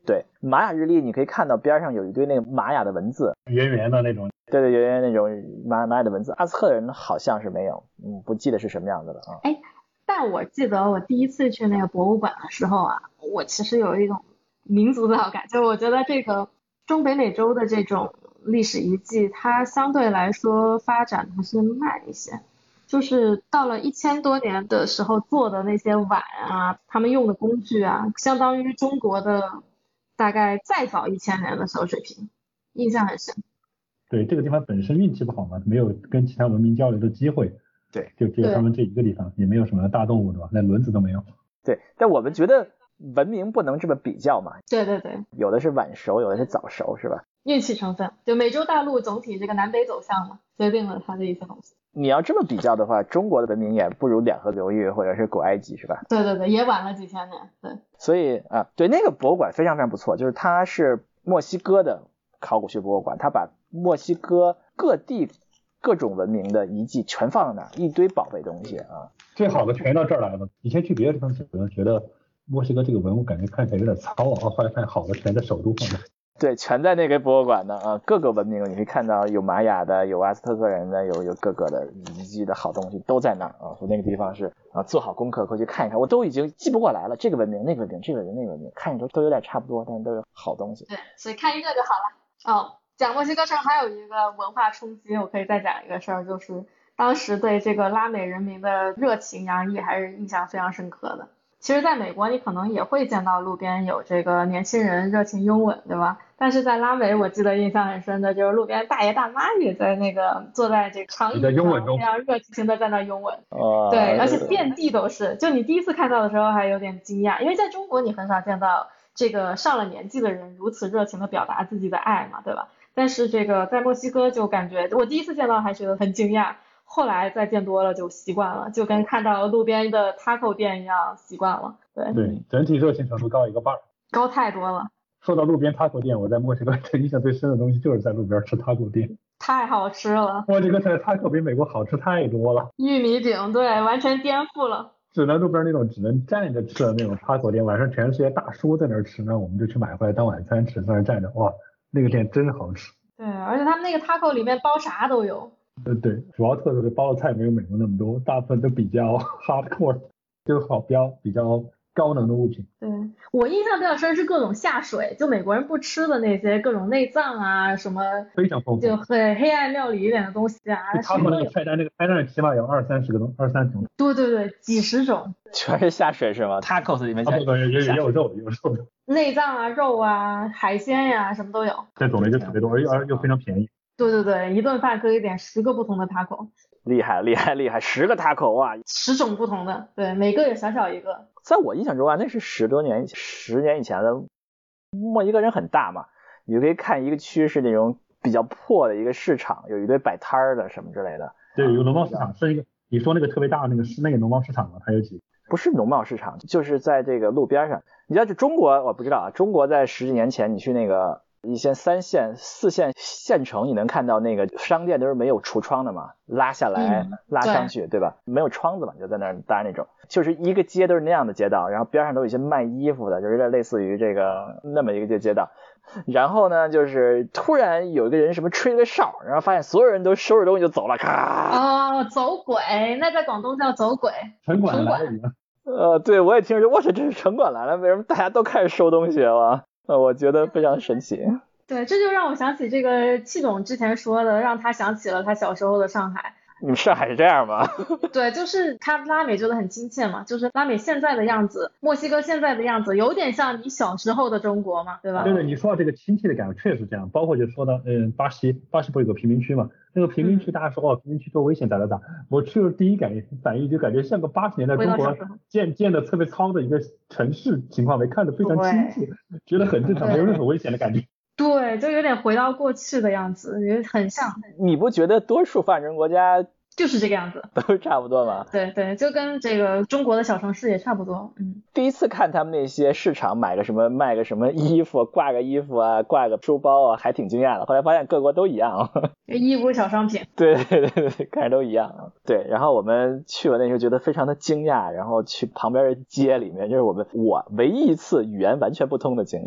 对，玛雅日历你可以看到边上有一堆那个玛雅的文字， 圆圆的那种。 对对，圆圆那种玛玛雅的文字。阿兹特人好像是没有，嗯，不记得是什么样子了啊。 哎，但我记得我第一次去那个博物馆的时候啊，我其实有一种民族自豪感，就是我觉得这个中北美洲的这种历史遗迹，它相对来说发展还是慢一些。就是到了一千多年的时候做的那些碗啊，他们用的工具啊，相当于中国的大概再早一千年的时候水平，印象很深。 对，这个地方本身运气不好嘛，没有跟其他文明交流的机会。 对， 就只有他们这一个地方，也没有什么大动物，对吧？连轮子都没有。 对，但我们觉得文明不能这么比较嘛。 对对对， 有的是晚熟，有的是早熟，是吧？ 运气成分，就美洲大陆总体这个南北走向嘛，决定了它的一些东西。 你要这么比较的话，中国的文明也不如两河流域或者是古埃及，是吧？ 对对对，也晚了几千年。对， 所以啊，对，那个博物馆非常非常不错，就是它是墨西哥的考古学博物馆，它把墨西哥各地各种文明的遗迹全放在那儿，一堆宝贝东西啊。 最好的全到这儿来了。以前去别的地方可能觉得墨西哥这个文物感觉看起来有点糙啊，后来看好的全在首都放的。 对，全在那个博物馆呢啊，各个文明你可以看到有玛雅的，有阿兹特克人的，有有各个的遗迹的好东西都在那儿啊。所以那个地方是啊，做好功课过去看一看，我都已经记不过来了，这个文明那个文明这个文明那个文明，看着都都有点差不多，但是都有好东西。 对，所以看一个就好了。哦，讲墨西哥城还有一个文化冲击，我可以再讲一个事儿，就是当时对这个拉美人民的热情洋溢还是印象非常深刻的。其实在美国你可能也会见到路边有这个年轻人热情拥吻，对吧？但是在拉美我记得印象很深的就是路边大爷大妈也在那个坐在这个长椅上非常热情的在那拥吻。 哦， 对，而且遍地都是，就你第一次看到的时候还有点惊讶，因为在中国你很少见到这个上了年纪的人如此热情的表达自己的爱嘛，对吧？但是这个在墨西哥就感觉我第一次见到还觉得很惊讶，后来再见多了就习惯了，就跟看到路边的 taco 店一样习惯了。对对，整体热情程度高一个半， 高太多了。 说到路边 taco 店，我在墨西哥印象最深的东西就是在路边吃 taco 店， 太好吃了。 墨西哥的 taco 比美国好吃太多了。 玉米饼，对，完全颠覆了。 只能路边那种只能站着吃的那种 taco 店，晚上全是些大叔在那儿吃，那我们就去买回来当晚餐吃，在那儿站着，哇，那个店真好吃。 对，而且他们那个 taco 里面包啥都有。 对对，主要特色是包的菜没有美国那么多，大部分都比较 hardcore， 就是好标比较高能的物品。 对，我印象比较深是各种下水，就美国人不吃的那些各种内脏啊什么， 非常丰富， 就很黑暗料理一点的东西啊。 他们那个菜单，那个菜单起码有二三十个东，二三十种。 对对对，几十种。 全是下水是吗 ？Tacos 里面也有也有肉，有肉的。 内脏啊、肉啊、海鲜呀、啊，什么都有。 这种类就特别多，而又而又非常便宜。 对对对，一顿饭可以点十个不同的 taco。 厉害厉害厉害，十个 taco 哇！ 十种不同的，对，每个也小小一个。 在我印象中啊，那是十多年十年以前的。墨西哥人很大嘛，你就可以看一个区是那种比较破的一个市场，有一堆摆摊儿的什么之类的。 对，有农贸市场，是一个你说那个特别大的那个室内农贸市场嘛，它有几个？ 不是农贸市场，就是在这个路边上。你知道，就中国我不知道啊，中国在十几年前你去那个一线三线四线县城，你能看到那个商店都是没有橱窗的嘛，拉下来、嗯、拉上去 对, 对吧，没有窗子嘛，就在那儿搭那种，就是一个街都是那样的街道，然后边上都有一些卖衣服的，就是有点类似于这个那么一个街道。然后呢就是突然有一个人什么吹了个哨，然后发现所有人都收拾东西就走了，咔。 哦，走鬼，那在广东叫走鬼。 城管来了。 呃，对，我也听说，我操，这是城管来了，为什么大家都开始收东西了？呃，我觉得非常神奇。 对，这就让我想起这个戚总之前说的，让他想起了他小时候的上海。 你们上海是这样吗？ 对，就是他拉美觉得很亲切嘛，就是拉美现在的样子，墨西哥现在的样子，有点像你小时候的中国嘛，对吧？ 对对，你说到这个亲切的感觉确实这样，包括就说到嗯巴西，巴西不是有个贫民区嘛，那个贫民区大家说、嗯、哦贫民区多危险咋咋咋，我去了第一感反应就感觉像个八十年代中国建建的特别糙的一个城市情况，没看得非常亲切，觉得很正常，没有任何危险的感觉。 对，就有点回到过去的样子，也很像。 你不觉得多数发展中国家就是这个样子， 都差不多吗？ 对对，就跟这个中国的小城市也差不多。嗯， 第一次看他们那些市场买个什么卖个什么衣服，挂个衣服啊，挂个书包啊，还挺惊讶的。后来发现各国都一样， 义乌小商品。 对对对对，看着都一样。对，然后我们去了那时候觉得非常的惊讶，然后去旁边的街里面，就是我们我唯一一次语言完全不通的经历。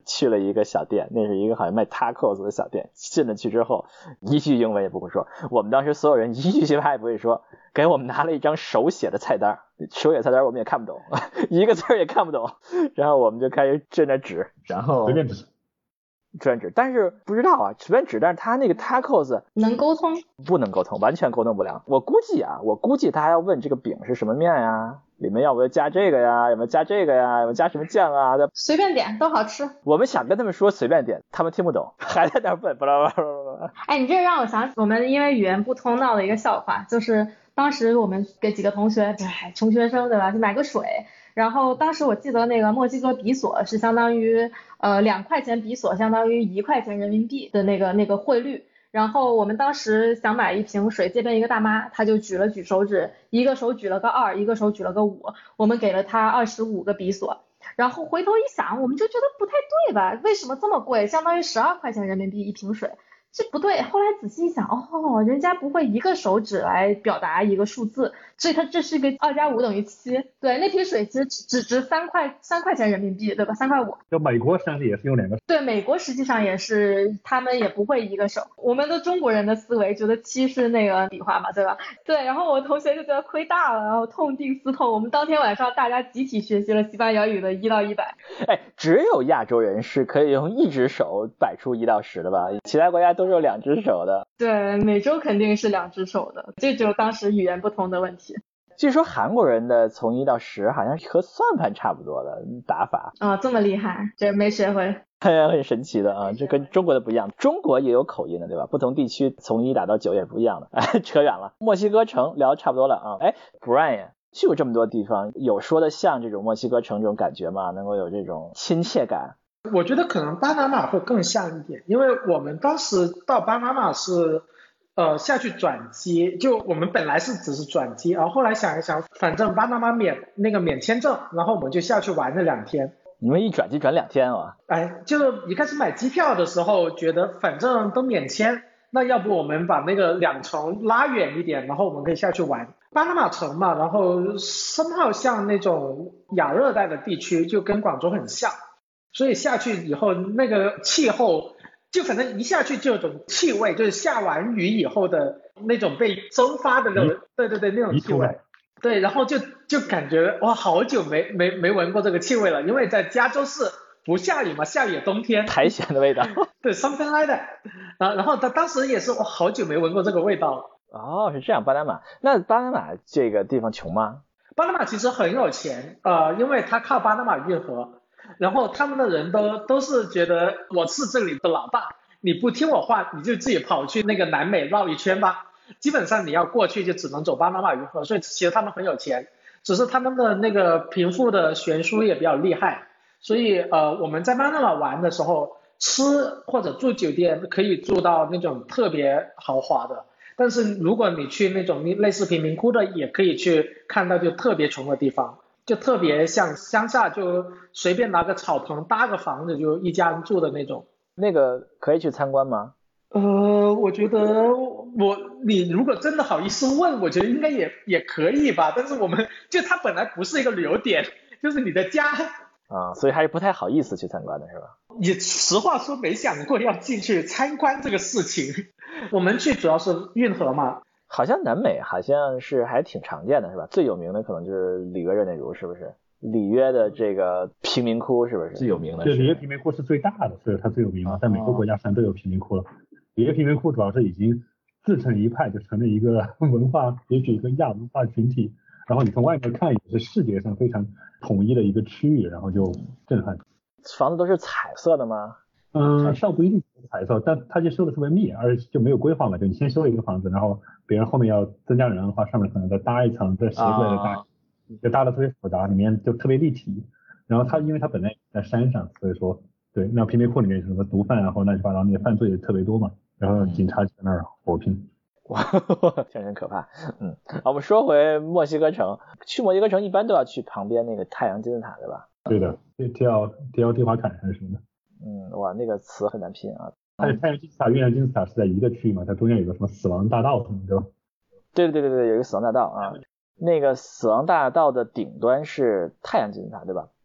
去了一个小店，那是一个好像卖 tacos 的小店，进了去之后一句英文也不会说，我们当时所有人一句西班牙也不会说，给我们拿了一张手写的菜单，手写菜单我们也看不懂，一个字也看不懂，然后我们就开始在那指，然后随便指随便指，但是不知道啊，随便指，但是他那个 tacos 能沟通？ 不能沟通，完全沟通不了。我估计啊，我估计他还要问这个饼是什么面呀，里面要不要加这个呀，有没有加这个呀，有没有加什么酱啊？ 随便点都好吃。 我们想跟他们说随便点，他们听不懂，还在那问，巴拉巴拉巴拉。 哎，你这让我想起我们因为语言不通闹的一个笑话，就是当时我们给几个同学，哎，穷学生对吧，去买个水。然后当时我记得那个墨西哥比索是相当于呃两块钱比索相当于一块钱人民币的那个那个汇率。然后我们当时想买一瓶水，这边一个大妈，她就举了举手指，一个手举了个二，一个手举了个五，我们给了她二十五个比索。然后回头一想，我们就觉得不太对吧？为什么这么贵？相当于十二块钱人民币一瓶水。这不对，后来仔细一想，哦，人家不会一个手指来表达一个数字，所以它这是一个二加五等于七。对，那瓶水其实只值三块三块钱人民币，对吧？三块五。 就美国实际上也是用两个。 对，美国实际上也是，他们也不会一个手。我们的中国人的思维觉得七是那个笔画嘛，对吧？对，然后我同学就觉得亏大了，然后痛定思痛，我们当天晚上大家集体学习了西班牙语的一到一百。 哎，只有亚洲人是可以用一只手摆出一到十的吧？其他国家都是有两只手的。 对，美洲肯定是两只手的，这就是当时语言不同的问题。 据说韩国人的从一到十好像和算盘差不多的打法啊、哦，这么厉害，这没学会， 很神奇的啊，这跟中国的不一样。中国也有口音的，对吧？不同地区从一打到九也不一样的。哎，扯远了。墨西哥城聊差不多了啊。哎 ，Brian 去过这么多地方，有说的像这种墨西哥城这种感觉吗？能够有这种亲切感？ 我觉得可能巴拿马会更像一点，因为我们当时到巴拿马是呃下去转机，就我们本来是只是转机，然后后来想一想，反正巴拿马免那个免签证，然后我们就下去玩了两天。 你们一转机转两天啊？ 哎，就一开始买机票的时候觉得反正都免签，那要不我们把那个两程拉远一点，然后我们可以下去玩。巴拿马城嘛，然后深号像那种亚热带的地区，就跟广州很像。所以下去以后那个气候就反正一下去就有种气味，就是下完雨以后的那种被蒸发的那种，对对对，那种气味。对，然后就就感觉哇，好久没没没闻过这个气味了，因为在加州是不下雨嘛，下雨冬天苔藓的味道。 对 something like that。 然然后他当时也是哇，好久没闻过这个味道了。 哦，是这样。巴拿马，那巴拿马这个地方穷吗？ 巴拿马其实很有钱，呃，因为它靠巴拿马运河。然后他们的人都都是觉得我是这里的老大，你不听我话，你就自己跑去那个南美绕一圈吧。基本上你要过去就只能走巴拿马运河，所以其实他们很有钱，只是他们的那个贫富的悬殊也比较厉害。所以呃我们在巴拿马玩的时候，吃或者住酒店可以住到那种特别豪华的，但是如果你去那种类似贫民窟的，也可以去看到就特别穷的地方。就特别像乡下，就随便拿个草棚搭个房子就一家人住的那种。 那个可以去参观吗？ 呃，我觉得我你如果真的好意思问，我觉得应该也也可以吧。但是我们就它本来不是一个旅游点，就是你的家啊，所以还是不太好意思去参观的是吧？ 也实话说没想过要进去参观这个事情。我们去主要是运河嘛。 好像南美好像是还挺常见的是吧？最有名的可能就是里约热内卢，是不是？里约的这个贫民窟是不是最有名的？ 对，里约贫民窟是最大的，所以它最有名嘛。在每个国家上都有贫民窟了。里约贫民窟主要是已经自成一派，就成了一个文化，也许一个亚文化群体。然后你从外面看也是视觉上非常统一的一个区域，然后就震撼。 房子都是彩色的吗？ 嗯，倒不一定是彩色，但它就修的特别密，而且就没有规划嘛，就你先修一个房子，然后别人后面要增加人的话，上面可能再搭一层，再斜过来再搭，就搭的特别复杂，里面就特别立体。然后它因为它本来在山上，所以说对，那贫民窟里面什么毒贩啊或乱七八糟那些犯罪也特别多嘛，然后警察就在那儿火拼。 哇，真是可怕。嗯，好，我们说回墨西哥城，去墨西哥城一般都要去旁边那个太阳金字塔，对吧？ 对的，叫叫地华坎还是什么的。 嗯，哇，那个词很难拼啊。 它的太阳金字塔、月亮金字塔是在一个区域嘛，它中间有个什么死亡大道什么的。 对对对对，有一个死亡大道啊。那个死亡大道的顶端是太阳金字塔，对吧？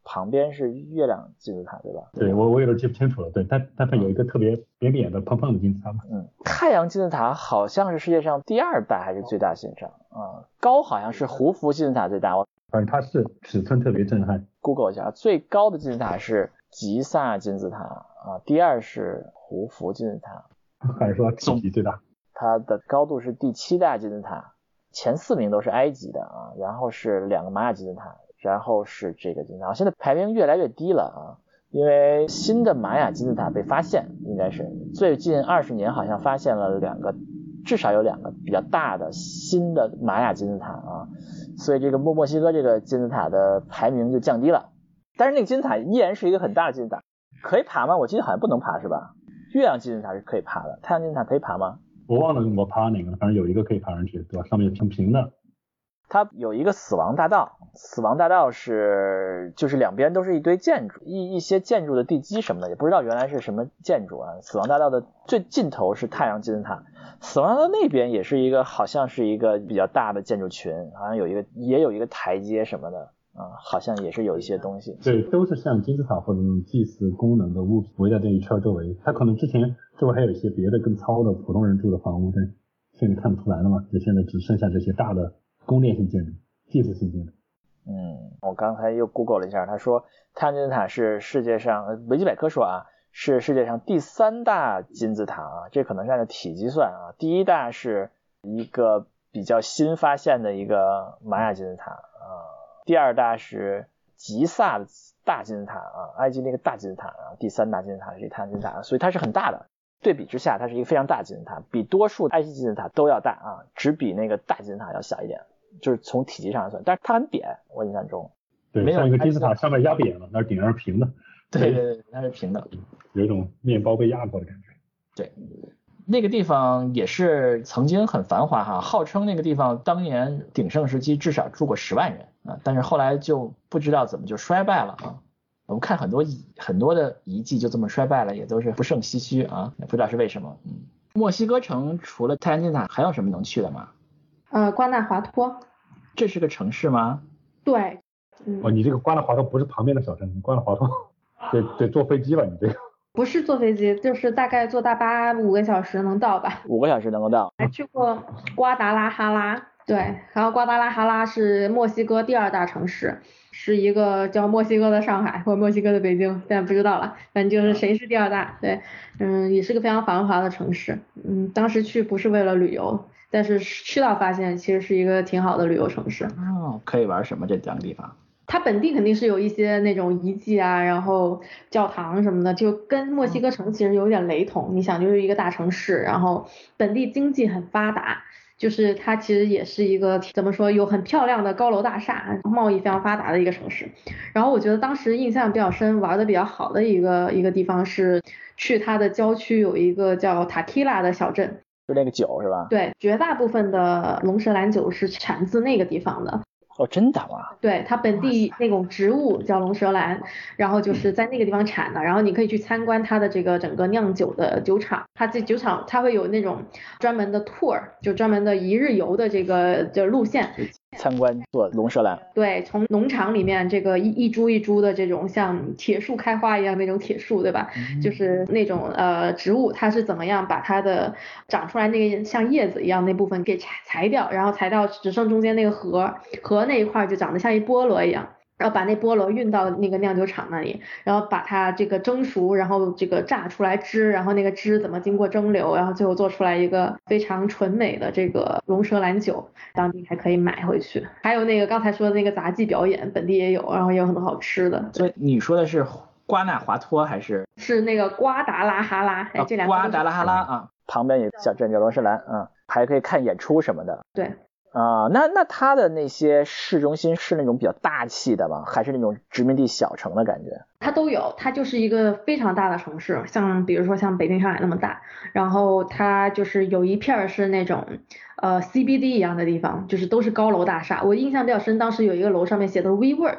旁边是月亮金字塔对吧？ 对，我我有点记不清楚了。对，它它它有一个特别扁扁的胖胖的金字塔嘛。 嗯，太阳金字塔好像是世界上第二大还是最大金字塔啊？高好像是胡夫金字塔最大。 反正它是尺寸特别震撼。 Google 一下，最高的金字塔是吉萨金字塔啊，第二是胡夫金字塔。 还是说体积最大？ 它的高度是第七大金字塔，前四名都是埃及的啊，然后是两个玛雅金字塔，然后是这个金字塔。现在排名越来越低了啊，因为新的玛雅金字塔被发现，应该是最近二十年好像发现了两个，至少有两个比较大的新的玛雅金字塔啊，所以这个墨墨西哥这个金字塔的排名就降低了。但是那个金字塔依然是一个很大的金字塔，可以爬吗？我记得好像不能爬是吧？月亮金字塔是可以爬的，太阳金字塔可以爬吗？ 我忘了我爬哪个了，反正有一个可以爬上去，对吧？上面挺平的。 它有一个死亡大道，死亡大道是就是两边都是一堆建筑，一一些建筑的地基什么的，也不知道原来是什么建筑啊。死亡大道的最尽头是太阳金字塔，死亡大道那边也是一个好像是一个比较大的建筑群，好像有一个也有一个台阶什么的。啊，好像也是有一些东西。 对，都是像金字塔或者祭祀功能的物品围在这一圈周围。它可能之前周围还有一些别的更糙的普通人住的房屋，但现在看不出来了嘛，就现在只剩下这些大的宫殿性建筑、祭祀性建筑。 嗯，我刚才又 Google 了一下，他说太阳金字塔是世界上，维基百科说啊，是世界上第三大金字塔啊，这可能是按照体积算啊，第一大是一个比较新发现的一个玛雅金字塔啊。第二大是吉萨的大金字塔啊，埃及那个大金字塔啊，第三大金字塔是太阳金字塔，所以它是很大的。对比之下，它是一个非常大的金字塔，比多数埃及金字塔都要大啊，只比那个大金字塔要小一点，就是从体积上来算。但是它很扁，我印象中。 对， 没有像一个金字塔上面压扁了，那顶上是平的。 对对对，它是平的， 有一种面包被压过的感觉。 对。那个地方也是曾经很繁华哈，号称那个地方当年鼎盛时期至少住过十万人啊，但是后来就不知道怎么就衰败了啊。我们看很多遗很多的遗迹就这么衰败了，也都是不胜唏嘘啊，也不知道是为什么。嗯，墨西哥城除了太阳金字塔还有什么能去的吗？ 呃，瓜纳华托。 这是个城市吗？ 对。嗯、 哦，你这个瓜纳华托不是旁边的小镇，瓜纳华托得得坐飞机了，你这个。 不是坐飞机，就是大概坐大巴五个小时能到吧。 五个小时能够到。 还去过瓜达拉哈拉，对，然后瓜达拉哈拉是墨西哥第二大城市，是一个叫墨西哥的上海或墨西哥的北京，但不知道了，反正就是谁是第二大。对，嗯，也是个非常繁华的城市。嗯，当时去不是为了旅游，但是去到发现其实是一个挺好的旅游城市。 哦，可以玩什么这两个地方？ 它本地肯定是有一些那种遗迹啊，然后教堂什么的，就跟墨西哥城其实有点雷同。你想，就是一个大城市，然后本地经济很发达，就是它其实也是一个怎么说，有很漂亮的高楼大厦，贸易非常发达的一个城市。然后我觉得当时印象比较深，玩的比较好的一个一个地方是去它的郊区有一个叫塔基拉的小镇， 就那个酒是吧？ 对，绝大部分的龙舌兰酒是产自那个地方的。 哦，真的吗？ 对，它本地那种植物叫龙舌兰，然后就是在那个地方产的，然后你可以去参观它的这个整个酿酒的酒厂，它这酒厂它会有那种专门的 tour， 就专门的一日游的这个这路线。 参观做龙舌兰， 对，从农场里面这个一一株一株的这种像铁树开花一样那种铁树，对吧？嗯、就是那种呃植物，它是怎么样把它的长出来那个像叶子一样那部分给裁裁掉，然后裁掉只剩中间那个核，核那一块就长得像一菠萝一样。然后把那菠萝运到那个酿酒厂那里，然后把它这个蒸熟，然后这个榨出来汁，然后那个汁怎么经过蒸馏，然后最后做出来一个非常纯美的这个龙舌兰酒，当地还可以买回去。还有那个刚才说的那个杂技表演，本地也有，然后也有很多好吃的。 所以你说的是瓜纳华托还是？ 是那个瓜达拉哈拉，哎，这两个。 瓜达拉哈拉啊，旁边有小镇叫龙舌兰，嗯，还可以看演出什么的。 对。 啊、呃，那那它的那些市中心是那种比较大气的吗？还是那种殖民地小城的感觉？ 它都有，它就是一个非常大的城市，像比如说像北京、上海那么大，然后它就是有一片是那种呃 C B D 一样的地方，就是都是高楼大厦。我印象比较深，当时有一个楼上面写的 WeWork，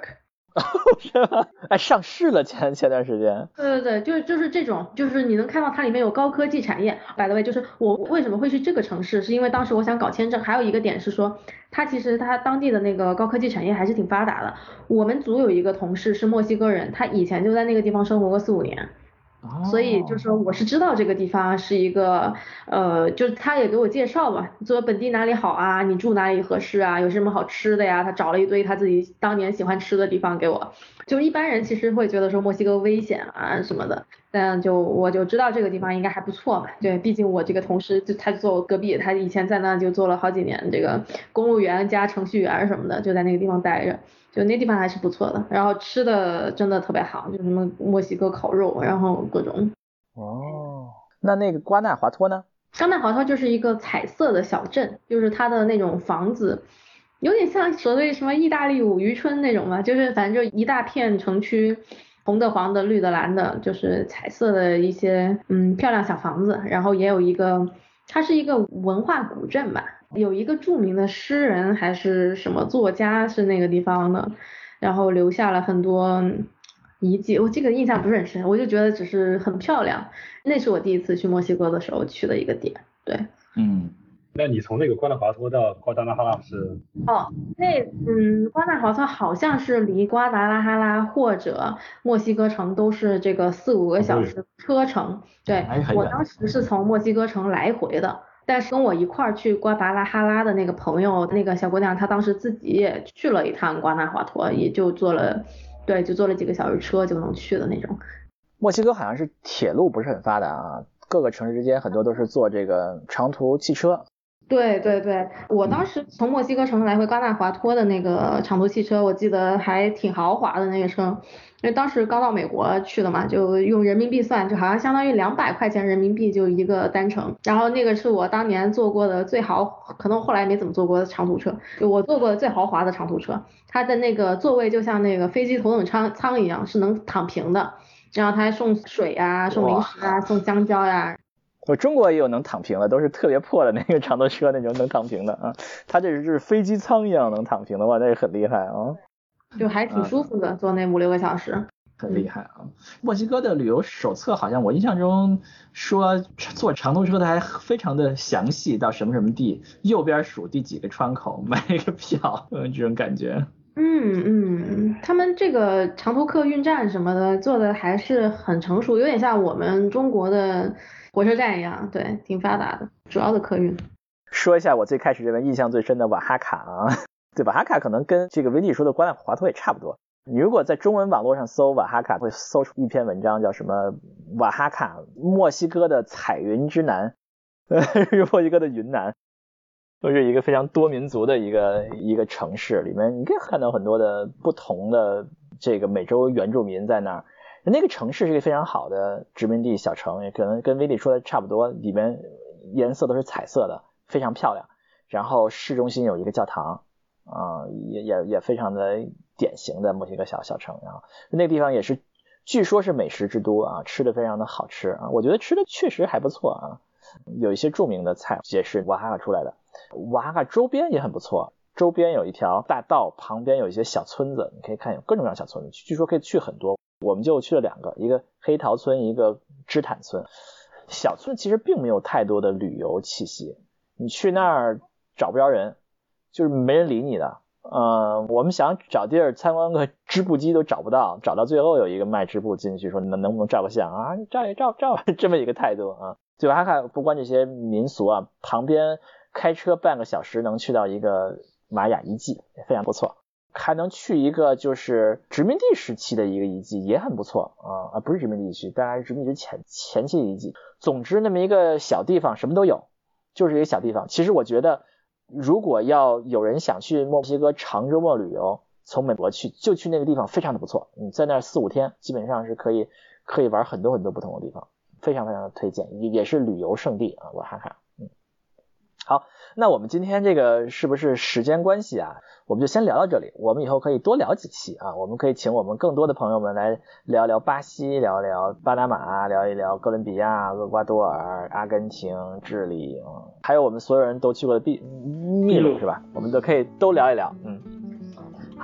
是吗？哎，上市了前前段时间。 对对对，就就是这种，就是你能看到它里面有高科技产业。by the way，就是我为什么会去这个城市，是因为当时我想搞签证，还有一个点是说，它其实它当地的那个高科技产业还是挺发达的。我们组有一个同事是墨西哥人，他以前就在那个地方生活过四五年。所以就是说我是知道这个地方是一个呃，就是他也给我介绍吧，说本地哪里好啊，你住哪里合适啊，有什么好吃的呀，他找了一堆他自己当年喜欢吃的地方给我。就一般人其实会觉得说墨西哥危险啊什么的，但就我就知道这个地方应该还不错嘛。对，毕竟我这个同事就他就坐我隔壁，他以前在那就做了好几年这个公务员加程序员什么的，就在那个地方待着。就那地方还是不错的，然后吃的真的特别好，就什么墨西哥烤肉，然后各种。 哦，那那个瓜纳华托呢？ 瓜纳华托就是一个彩色的小镇，就是它的那种房子，有点像所谓什么意大利五渔村那种嘛，就是反正就一大片城区，红的、黄的、绿的、蓝的，就是彩色的一些嗯漂亮小房子，然后也有一个，它是一个文化古镇吧。有一个著名的诗人还是什么作家是那个地方的，然后留下了很多遗迹，我这个印象不是很深，我就觉得只是很漂亮。那是我第一次去墨西哥的时候去的一个点。对， 嗯， 那你从那个瓜纳华托到瓜达拉哈拉是？ 哦，那嗯，瓜纳华托好像是离瓜达拉哈拉或者墨西哥城都是这个四五个小时车程。对，我当时是从墨西哥城来回的。但是跟我一块儿去瓜达拉哈拉的那个朋友，那个小姑娘，她当时自己也去了一趟瓜纳华托，也就坐了，对，就坐了几个小时车就能去的那种。 墨西哥好像是铁路不是很发达啊，各个城市之间很多都是坐这个长途汽车。 对对对，我当时从墨西哥城来回瓜纳华托的那个长途汽车，我记得还挺豪华的那个车，因为当时刚到美国去的嘛，就用人民币算，就好像相当于两百块钱人民币就一个单程。然后那个是我当年坐过的最豪，可能后来没怎么坐过的长途车，就我坐过的最豪华的长途车，它的那个座位就像那个飞机头等舱舱一样，是能躺平的，然后它还送水啊，送零食啊，送香蕉呀、啊。 我中国也有能躺平的，都是特别破的那个长途车那种能躺平的啊。它这是飞机舱一样能躺平的话，那也很厉害啊。 就还挺舒服的，坐那五六个小时。 很厉害啊！墨西哥的旅游手册好像我印象中说坐长途车的还非常的详细，到什么什么地，右边数第几个窗口买一个票，嗯，这种感觉。 嗯嗯，他们这个长途客运站什么的做的还是很成熟，有点像我们中国的火车站一样，对，挺发达的，主要的客运。 说一下我最开始认为印象最深的瓦哈卡啊，对，瓦哈卡可能跟这个维尼说的瓜纳华托也差不多。你如果在中文网络上搜瓦哈卡，会搜出一篇文章叫什么瓦哈卡，墨西哥的彩云之南，是墨西哥的云南，就是一个非常多民族的一个一个城市，里面你可以看到很多的不同的这个美洲原住民在那儿。那个城市是一个非常好的殖民地小城，也可能跟威利说的差不多，里面颜色都是彩色的，非常漂亮。然后市中心有一个教堂。啊、呃，也也也非常的典型的墨西哥小小城，然后那个地方也是，据说是美食之都啊，吃的非常的好吃啊，我觉得吃的确实还不错啊，有一些著名的菜也是瓦哈卡出来的，瓦哈卡周边也很不错，周边有一条大道，旁边有一些小村子，你可以看有各种各样小村子，据说可以去很多，我们就去了两个，一个黑桃村，一个芝坦村。小村其实并没有太多的旅游气息，你去那儿找不着人。就是没人理你的，呃，我们想找地儿参观个织布机都找不到，找到最后有一个卖织布进去说能能不能照个相啊，照一照照，这么一个态度啊。对吧？还不光这些民俗啊，旁边开车半个小时能去到一个玛雅遗迹，也非常不错，还能去一个就是殖民地时期的一个遗迹，也很不错啊，啊不是殖民地时期，当然是殖民地前前期遗迹。总之那么一个小地方什么都有，就是一个小地方。其实我觉得。如果要有人想去墨西哥长周末旅游，从美国去就去那个地方，非常的不错。你在那儿四五天，基本上是可以可以玩很多很多不同的地方，非常非常的推荐，也也是旅游胜地啊，瓦哈卡。嗯，好，那我们今天这个是不是时间关系啊？我们就先聊到这里，我们以后可以多聊几期啊，我们可以请我们更多的朋友们来聊聊巴西，聊聊巴拿马，聊一聊哥伦比亚、厄瓜多尔、阿根廷、智利，嗯，还有我们所有人都去过的秘秘鲁是吧？我们都可以都聊一聊。嗯，好，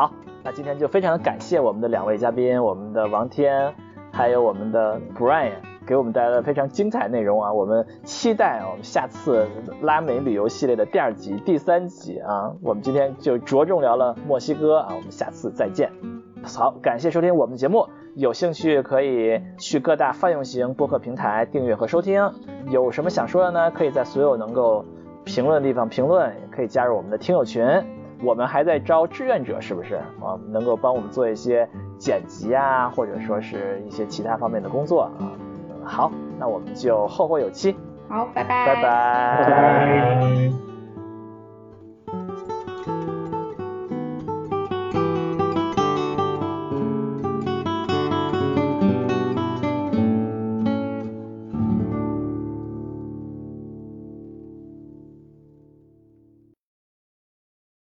那今天就非常的感谢我们的两位嘉宾，我们的王天还有我们的 Brian 给我们带来了非常精彩内容啊！我们期待我们下次拉美旅游系列的第二集、第三集啊！我们今天就着重聊了墨西哥啊，我们下次再见。好，感谢收听我们的节目，有兴趣可以去各大泛用型播客平台订阅和收听。有什么想说的呢？可以在所有能够评论的地方评论，也可以加入我们的听友群。我们还在招志愿者，是不是啊？能够帮我们做一些剪辑啊，或者说是一些其他方面的工作啊。好，那我们就后会有期。 好，拜拜。 拜拜。 拜拜。